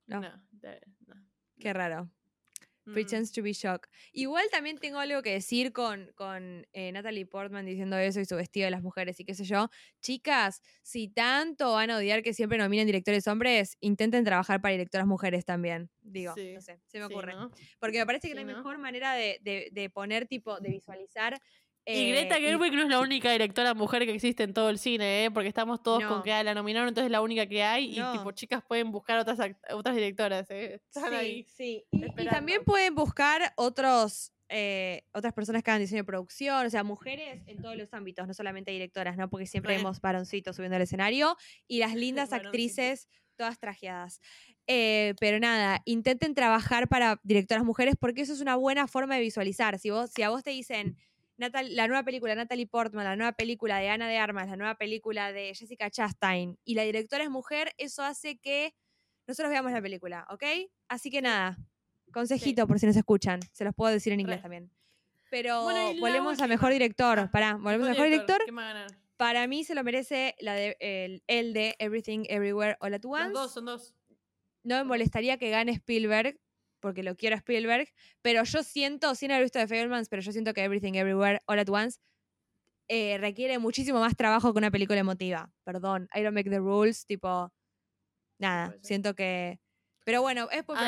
Qué raro. Mm. Pretends to be shocked. Igual también tengo algo que decir con Natalie Portman diciendo eso y su vestido de las mujeres y qué sé yo. Chicas, si tanto van a odiar que siempre nominen directores hombres, intenten trabajar para directoras mujeres también. Digo, Sí, no sé, se me sí, ocurre. ¿no? Porque me parece que Sí, no hay ¿no? mejor manera de poner tipo, de visualizar. Y Greta Gerwig no es la única directora mujer que existe en todo el cine, porque estamos todos con No. que la nominaron, entonces es la única que hay. No. Y tipo, chicas pueden buscar otras directoras. Están ahí. Sí. Y esperando. también pueden buscar otras personas que hagan diseño de producción, o sea, mujeres en todos los ámbitos, no solamente directoras, ¿no? Porque siempre Bueno. vemos varoncitos subiendo al escenario y las lindas Varoncitos. actrices todas trajeadas. Pero nada, intenten trabajar para directoras mujeres porque eso es una buena forma de visualizar. Si a vos te dicen la nueva película de Natalie Portman, la nueva película de Ana de Armas, la nueva película de Jessica Chastain y la directora es mujer, eso hace que nosotros veamos la película, ¿ok? Así que nada, consejito por si nos escuchan, se los puedo decir en inglés Re. también. Pero Bueno, y la volvemos a última. mejor director. Volvemos a mejor director. ¿Quién va a ganar? Para mí se lo merece el de Everything Everywhere All at Once. Los dos, son dos. No me molestaría que gane Spielberg, porque lo quiero a Spielberg, pero yo siento, sin haber visto The Fabelmans, pero yo siento que Everything Everywhere All at Once requiere muchísimo más trabajo que una película emotiva. Perdón, I don't make the rules, tipo, nada, puede ser. siento que... Pero bueno, es por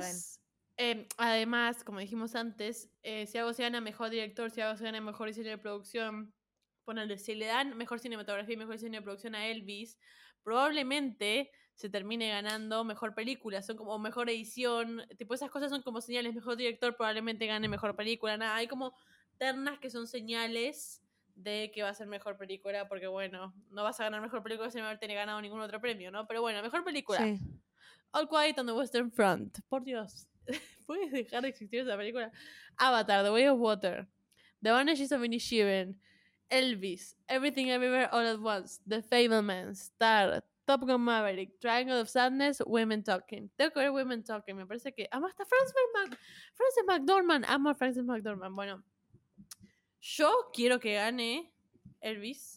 Además, como dijimos antes, si algo se gana mejor director, si algo se gana mejor diseño de producción, ponele, si le dan mejor cinematografía y mejor diseño de producción a Elvis, probablemente se termine ganando mejor película, son como mejor edición, tipo esas cosas son como señales, mejor director probablemente gane mejor película, nada, hay como ternas que son señales de que va a ser mejor película, porque bueno, no vas a ganar mejor película sin haberte ganado ningún otro premio, ¿no? Pero bueno, mejor película. Sí. All Quiet on the Western Front. Por Dios. ¿Puedes dejar de existir esa película? Avatar, The Way of Water. The Banshees of Inisherin. Elvis. Everything Everywhere All at Once. The Fabelmans. Star. Top Gun Maverick. Triangle of Sadness. Women Talking. Tengo que ver Women Talking. Me parece que... Amo hasta Frances McDormand. Amo a Frances McDormand. Bueno. Yo quiero que gane Elvis.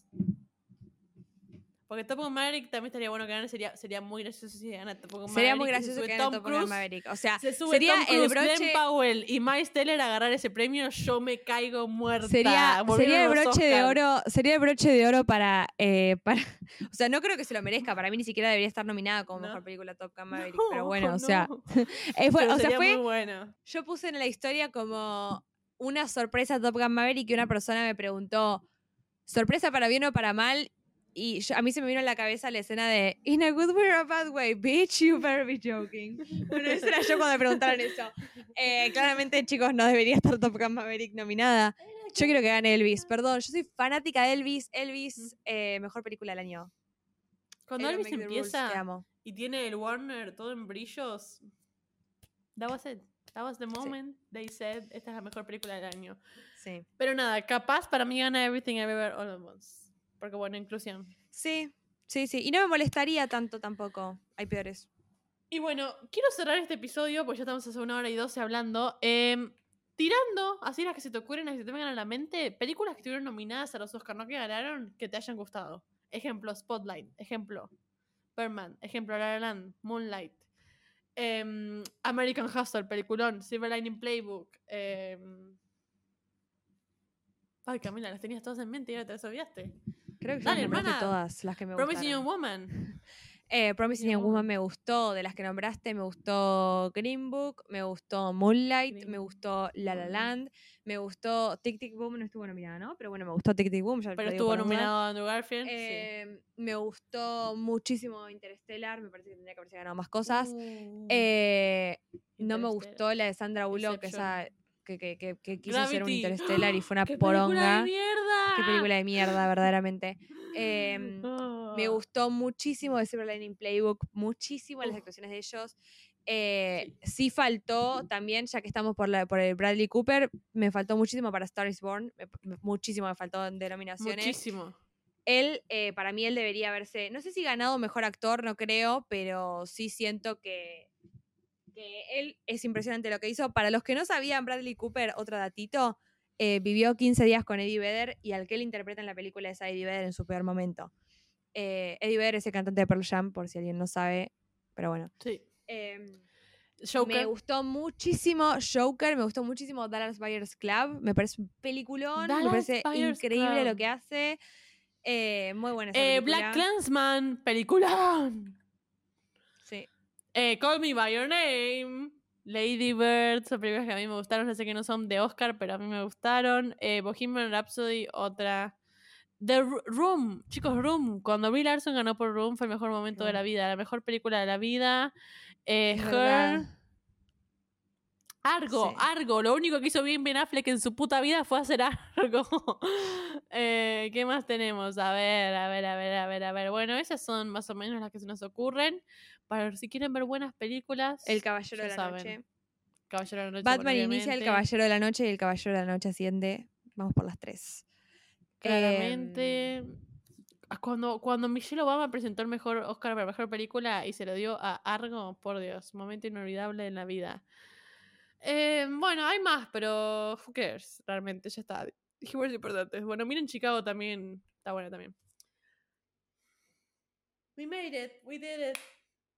Porque Top Gun Maverick también estaría bueno que gane. Sería muy gracioso si gana Top Gun Maverick. Sería muy gracioso que gane Tom Top Gun Cruise. Maverick. O sea, Se sube sería Tom Cruise, el broche... Glenn Powell y Miles Teller a agarrar ese premio, yo me caigo muerta. Sería el los broche de Oscars. oro, sería el broche de oro para o sea, no creo que se lo merezca, para mí ni siquiera debería estar nominada como No. mejor película Top Gun Maverick, No, pero bueno, o no. sea, Pero sería fue muy bueno. yo puse en la historia como una sorpresa Top Gun Maverick y una persona me preguntó, ¿sorpresa para bien o para mal? Y a mí se me vino en la cabeza la escena de In a good way or a bad way, bitch, you better be joking. Bueno, eso era yo cuando me preguntaron eso. Claramente, chicos, no debería estar Top Gun Maverick nominada. Yo quiero que gane Elvis, perdón, yo soy fanática de Elvis. Elvis, mejor película del año. Cuando I don't Elvis make the rules, te empieza amo. y tiene el Warner todo en brillos, that was it. That was the moment they said, esta es la mejor película del año. Sí. Pero nada, capaz para mí gana Everything Everywhere All at Once. Porque bueno, inclusión. Sí. Y no me molestaría tanto tampoco. Hay peores. Y bueno, quiero cerrar este episodio, porque ya estamos hace 1h12 hablando. Tirando, así las que se te ocurren, las que se te vengan a la mente, películas que estuvieron nominadas a los Oscar, no que ganaron, que te hayan gustado. Ejemplo, Spotlight. Ejemplo, Birdman. Ejemplo, La La Land. Moonlight. American Hustle, peliculón. Silver Lining Playbook. Ay, Camila, las tenías todas en mente y ahora te las olvidaste. Creo que Dale, ya nombraste hermana. todas las que me Promising gustaron. Young Woman. Promising Young Woman me gustó. De las que nombraste, me gustó Green Book, me gustó Moonlight, me gustó La La Land, me gustó Tic Tic Boom, no estuvo nominada, ¿no? Pero bueno, me gustó Tic Tic Boom. Ya Pero lo digo estuvo por las dudas. nominado Andrew Garfield. Sí. Me gustó muchísimo Interstellar, me parece que tendría que haberse ganado más cosas. No me Interstellar. gustó la de Sandra Bullock, esa que quiso hacer un Gravity. Interstellar y fue una ¡Qué poronga. película de mierda! Qué película de mierda, verdaderamente. Oh. Me gustó muchísimo The Silver Lining Playbook, muchísimo las actuaciones de ellos. Sí faltó también, ya que estamos por el Bradley Cooper, me faltó muchísimo para Star is Born, muchísimo me faltó en denominaciones. Muchísimo. Él, para mí, él debería haberse, no sé si ganado mejor actor, no creo, pero sí siento que él es impresionante lo que hizo. Para los que no sabían, Bradley Cooper, otro datito, vivió 15 días con Eddie Vedder y al que él interpreta en la película es a Eddie Vedder en su peor momento. Eddie Vedder es el cantante de Pearl Jam, por si alguien no sabe, pero bueno. Sí. Me gustó muchísimo Joker, me gustó muchísimo Dallas Buyers Club, me parece un peliculón, me parece increíble lo que hace. Muy buena esa película. Black Klansman, peliculón. Sí. Call Me By Your Name. Lady Bird, son películas que a mí me gustaron, no sé que no son de Oscar, pero a mí me gustaron. Bohemian Rhapsody, otra. The Room, chicos, Room. Cuando Brie Larson ganó por Room fue el mejor momento de la vida, la mejor película de la vida. Her. Argo, sí. Argo. Lo único que hizo bien Ben Affleck en su puta vida fue hacer Argo. ¿Qué más tenemos? A ver. Bueno, esas son más o menos las que se nos ocurren. Para si quieren ver buenas películas. El Caballero de la Noche. Caballero de la Noche. Batman inicia El Caballero de la Noche y El Caballero de la Noche asciende. Vamos por las 3. Claramente. Cuando Michelle Obama presentó el mejor Oscar para mejor película y se lo dio a Argo, por Dios, momento inolvidable en la vida. Bueno, hay más, pero who cares, realmente, ya está. Dijimos lo importante. Bueno, miren Chicago también, está buena también. We made it, we did it.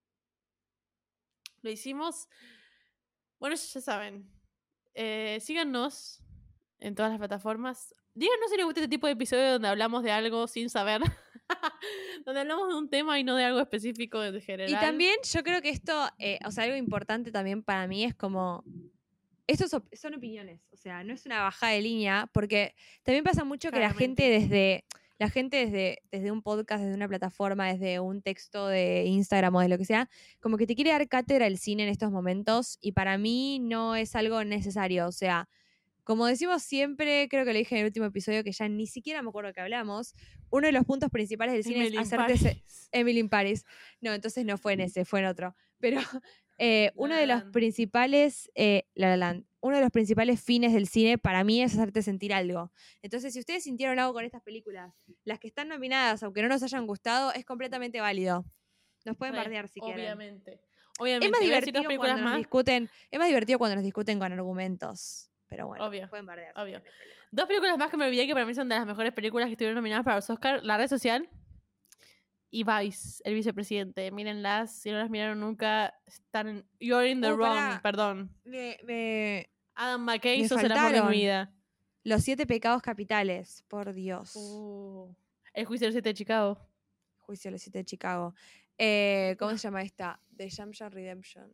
Lo hicimos. Bueno, ya saben. Síganos en todas las plataformas. Díganos si les gusta este tipo de episodio donde hablamos de algo sin saber. Donde hablamos de un tema y no de algo específico en general. Y también yo creo que esto, o sea, algo importante también para mí es como... Estos son opiniones, o sea, no es una bajada de línea, porque también pasa mucho que la gente desde un podcast, desde una plataforma, desde un texto de Instagram o de lo que sea, como que te quiere dar cátedra el cine en estos momentos y para mí no es algo necesario, o sea, como decimos siempre, creo que lo dije en el último episodio que ya ni siquiera me acuerdo que hablamos, uno de los puntos principales del cine es hacerte... Emily in Paris. No, entonces no fue en ese, fue en otro. Pero uno de los principales... La La Land. Uno de los principales fines del cine para mí es hacerte sentir algo. Entonces, si ustedes sintieron algo con estas películas, las que están nominadas, aunque no nos hayan gustado, es completamente válido. Nos pueden bardear si quieren. Obviamente. Es más divertido cuando nos discuten con argumentos. Pero bueno, obvio, pueden bardear. Obvio. Dos películas más que me olvidé que para mí son de las mejores películas que estuvieron nominadas para los Oscars. La Red Social y Vice, el vicepresidente. Mírenlas, si no las miraron nunca, están en... You're in the wrong, perdón. Adam McKay, sos el amor de mi vida. Los 7 pecados capitales, por Dios. El juicio de los 7 de Chicago. Juicio de los 7 de Chicago. ¿Cómo se llama esta? The Shawshank Redemption.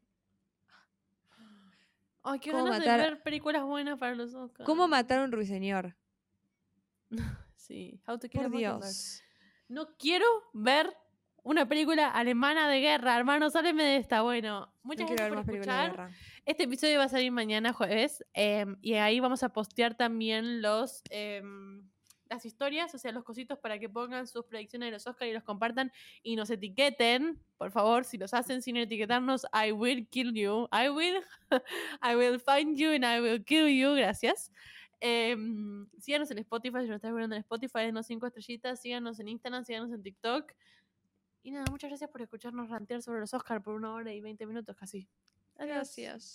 Ay, qué ganas de ver películas buenas para los Oscars. ¿Cómo matar a un ruiseñor? Sí. How to Kill a Por Mockingbird. Dios. No quiero ver una película alemana de guerra, hermanos, háblenme de esta. Bueno, muchas gracias por escuchar. Este episodio va a salir mañana jueves y ahí vamos a postear también los las historias, o sea, los cositos para que pongan sus predicciones de los Oscars y los compartan y nos etiqueten. Por favor, si los hacen sin etiquetarnos, I will kill you. I will find you and I will kill you. Gracias. Síganos en Spotify, si nos estás viendo en Spotify, denos 5 estrellitas, síganos en Instagram, síganos en TikTok. Y nada, muchas gracias por escucharnos rantear sobre los Oscars por 1 hora y 20 minutos casi. Adiós. Gracias.